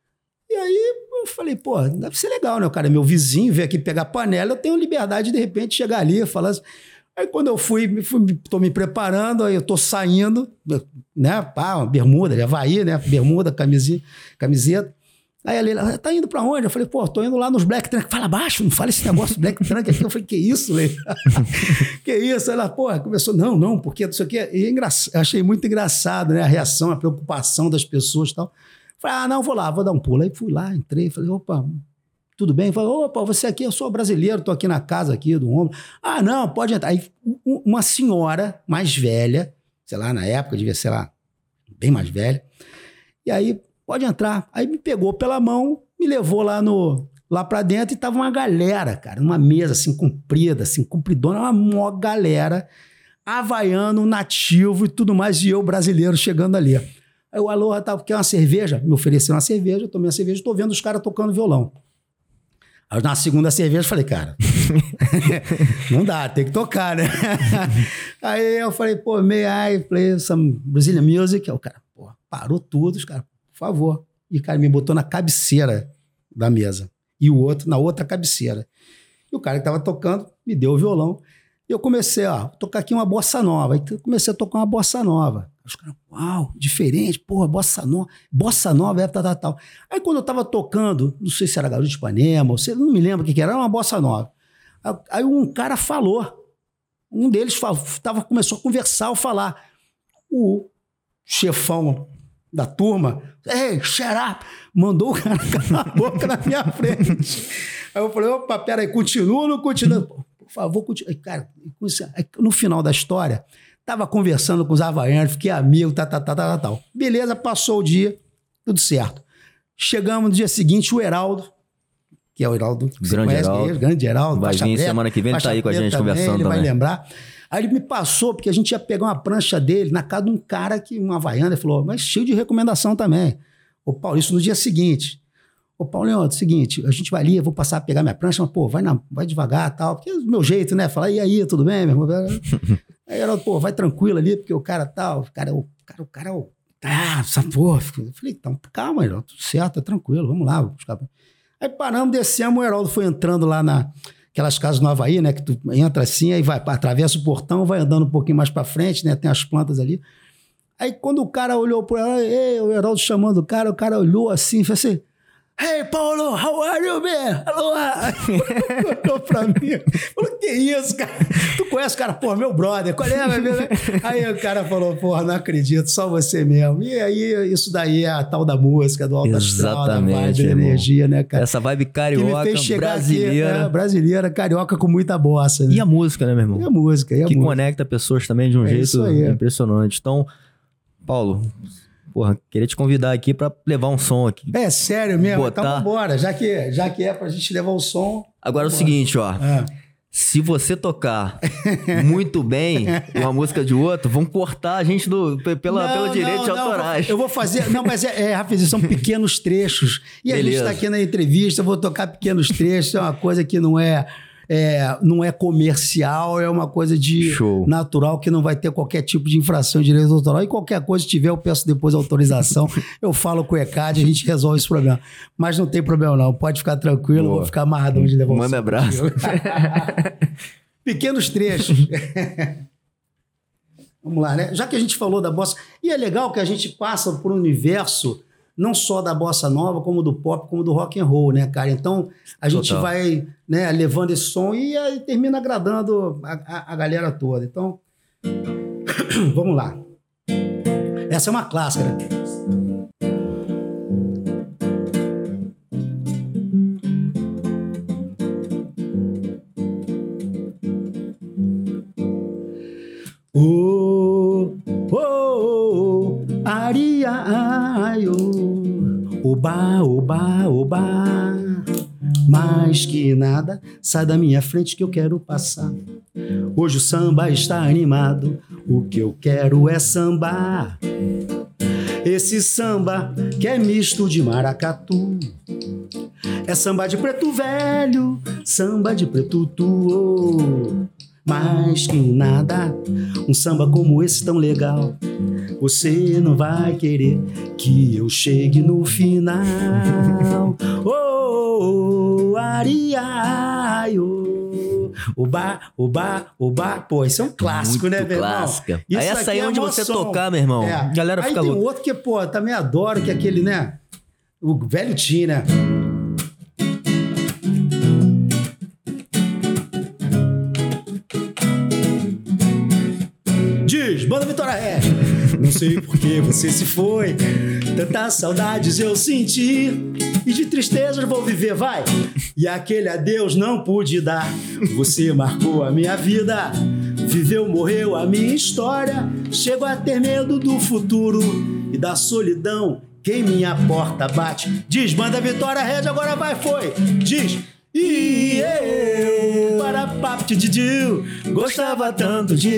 E aí eu falei, pô, deve ser legal, né? O cara é meu vizinho, veio aqui pegar panela, eu tenho liberdade de repente chegar ali e falar assim. Aí quando eu tô me preparando, aí eu tô saindo, né? Pá, uma bermuda, de Havaí, né? Bermuda, camiseta. Aí a Leila, tá indo pra onde? Eu falei, pô, tô indo lá nos Black Trunk. Fala baixo, não fala esse negócio de Black Trunk aqui. Eu falei, que isso, Leila? Que isso? Ela, pô, começou, não, porque isso aqui é engraçado. Eu achei muito engraçado, né? A reação, a preocupação das pessoas e tal. Falei, não, vou lá, vou dar um pulo. Aí fui lá, entrei, falei, opa, tudo bem? Falei, opa, você aqui, eu sou brasileiro, tô aqui na casa aqui do homem. Ah, não, pode entrar. Aí uma senhora mais velha, sei lá, na época, devia ser lá, bem mais velha. E aí, pode entrar. Aí me pegou pela mão, me levou lá pra dentro e tava uma galera, cara, numa mesa assim, comprida, assim, compridona, uma maior galera, havaiano, nativo e tudo mais, e eu, brasileiro, chegando ali. Aí o Aloha tava, quer uma cerveja? Me ofereceu uma cerveja, eu tomei a cerveja, tô vendo os caras tocando violão. Aí na segunda cerveja eu falei, cara, não dá, tem que tocar, né? Aí eu falei, pô, may I play some Brazilian music? Aí o cara, pô, parou tudo, os caras, por favor. E o cara me botou na cabeceira da mesa. E o outro na outra cabeceira. E o cara que tava tocando me deu o violão. E eu comecei, a tocar aqui uma bossa nova. Aí eu comecei a tocar uma bossa nova. Os caras, uau, diferente, porra, bossa nova, tal. Aí quando eu tava tocando, não sei se era Garoto de Ipanema, não me lembro o que era uma bossa nova. Aí um cara falou, um deles começou a conversar, a falar. O chefão da turma, hey, shut up, mandou o cara calar a boca na minha frente. Aí eu falei, opa, peraí, continua ou não continua? Por favor, continua. Cara, no final da história, tava conversando com os havaianos, fiquei amigo, tal. Beleza, passou o dia, tudo certo. Chegamos no dia seguinte, o Heraldo, que é o Heraldo, que você conhece, grande Heraldo. Vai vir semana que vem, ele tá aí com a gente conversando também. Ele vai lembrar. Aí ele me passou, porque a gente ia pegar uma prancha dele na casa de um cara, um havaiano, ele falou, mas cheio de recomendação também. Ô Paulo, isso no dia seguinte. Ô Paulinho, é o seguinte, a gente vai ali, eu vou passar a pegar minha prancha, mas pô, vai devagar e tal, porque é o meu jeito, né? Falar, e aí, tudo bem, meu irmão? Aí ela, pô, vai tranquilo ali, porque o cara tal, o cara essa porra. Eu falei, então, calma, Heraldo, tudo certo, tá tranquilo, vamos lá. Aí paramos, descemos, o Heraldo foi entrando lá naquelas casas no Havaí, né, que tu entra assim, aí vai, atravessa o portão, vai andando um pouquinho mais pra frente, né, tem as plantas ali. Aí quando o cara olhou pro Heraldo, o Heraldo chamando o cara olhou assim, fez assim, Hey, Paulo, how are you, man? Aloha! Olhou pra mim, falou, que isso, cara? Tu conhece o cara? Pô, meu brother, qual é, meu amigo? Aí o cara falou, porra, não acredito, só você mesmo. E aí, isso daí é a tal da música, do alto astral, da vibe, da energia, né, cara? Essa vibe carioca, brasileira. Aqui, brasileira, carioca com muita bossa, né? E a música, né, meu irmão? E a música, que conecta pessoas também de um jeito impressionante. Então, Paulo... Porra, queria te convidar aqui pra levar um som aqui. É sério mesmo? Então vambora. Já que é pra gente levar o som... Agora é o seguinte, ó. Se você tocar muito bem uma música de outro, vão cortar a gente pelo direito de autorais. Eu vou fazer... Não, mas rapidinho, são pequenos trechos. E beleza. A gente tá aqui na entrevista, eu vou tocar pequenos trechos. É uma coisa que não é comercial, é uma coisa de natural, que não vai ter qualquer tipo de infração de direito autoral. E qualquer coisa, se tiver, eu peço depois autorização. Eu falo com o ECAD, a gente resolve esse problema. Mas não tem problema não, pode ficar tranquilo, eu vou ficar amarradão de levar Manda abraço. Pequenos trechos. Vamos lá, né? Já que a gente falou da bossa... E é legal que a gente passa por um universo... não só da bossa nova, como do pop, como do rock and roll, né, cara? Então, a gente vai, né, levando esse som e aí termina agradando a galera toda. Então, vamos lá. Essa é uma clássica, né? Aria, aio, oba, oba, oba. Mais que nada, sai da minha frente que eu quero passar. Hoje o samba está animado, o que eu quero é sambar. Esse samba que é misto de maracatu. É samba de preto velho, samba de preto tu. Mais que nada, um samba como esse tão legal, você não vai querer que eu chegue no final. Oh, ariaio, oba, oba, oba. Pô, isso é um clássico, muito, né, meu irmão? Clássica. Aí essa aí é onde você tocar, meu irmão. A galera fica louca. Aí tem outro que, pô, também adoro, que é aquele, né? O velho Tim, né? Banda Vitória Red. Não sei por que você se foi, tantas saudades eu senti, e de tristeza eu vou viver, vai. E aquele adeus não pude dar. Você marcou a minha vida, viveu, morreu a minha história. Chego a ter medo do futuro e da solidão que em minha porta bate. Diz, Banda Vitória Red, agora vai, foi. Diz... E eu, para papo de Didil, gostava tanto de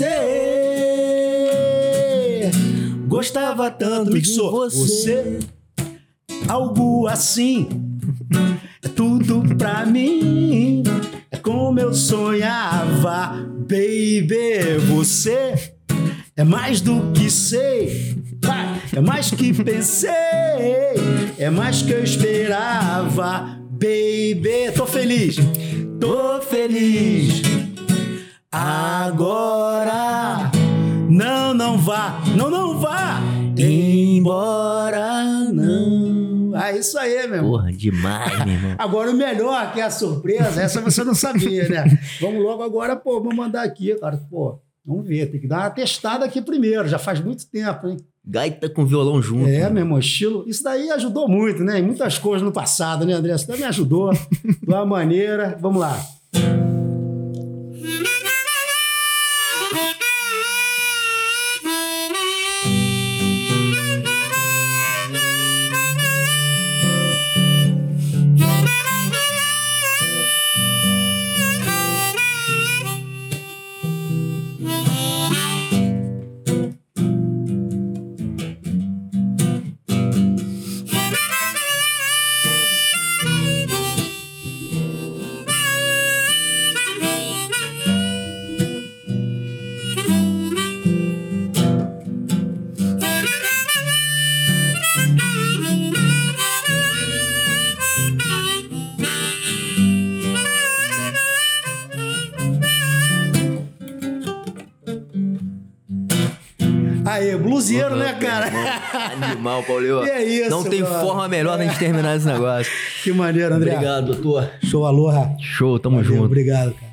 você. Gostava tanto, mixou você. Algo assim é tudo pra mim. É como eu sonhava, baby. Você é mais do que sei, é mais que pensei, é mais que eu esperava. Baby, tô feliz, agora. Não vá embora, não. É isso aí, meu irmão. Porra, demais, meu irmão. Agora o melhor, que é a surpresa, essa você não sabia, né? Vamos logo agora, pô, vou mandar aqui, cara, pô. Vamos ver, tem que dar uma testada aqui primeiro, já faz muito tempo, hein? Gaita com violão junto. É, meu irmão, estilo. Isso daí ajudou muito, né? Em muitas coisas no passado, né, André? Isso daí me ajudou de uma maneira. Vamos lá. Aí, bluseiro, né, cara? Animal, Paulinho. E é isso, não tem mano. forma melhor da gente terminar esse negócio. Que maneiro, André. Obrigado, doutor. Show, aloha. Show, tamo Valeu, junto. obrigado, cara.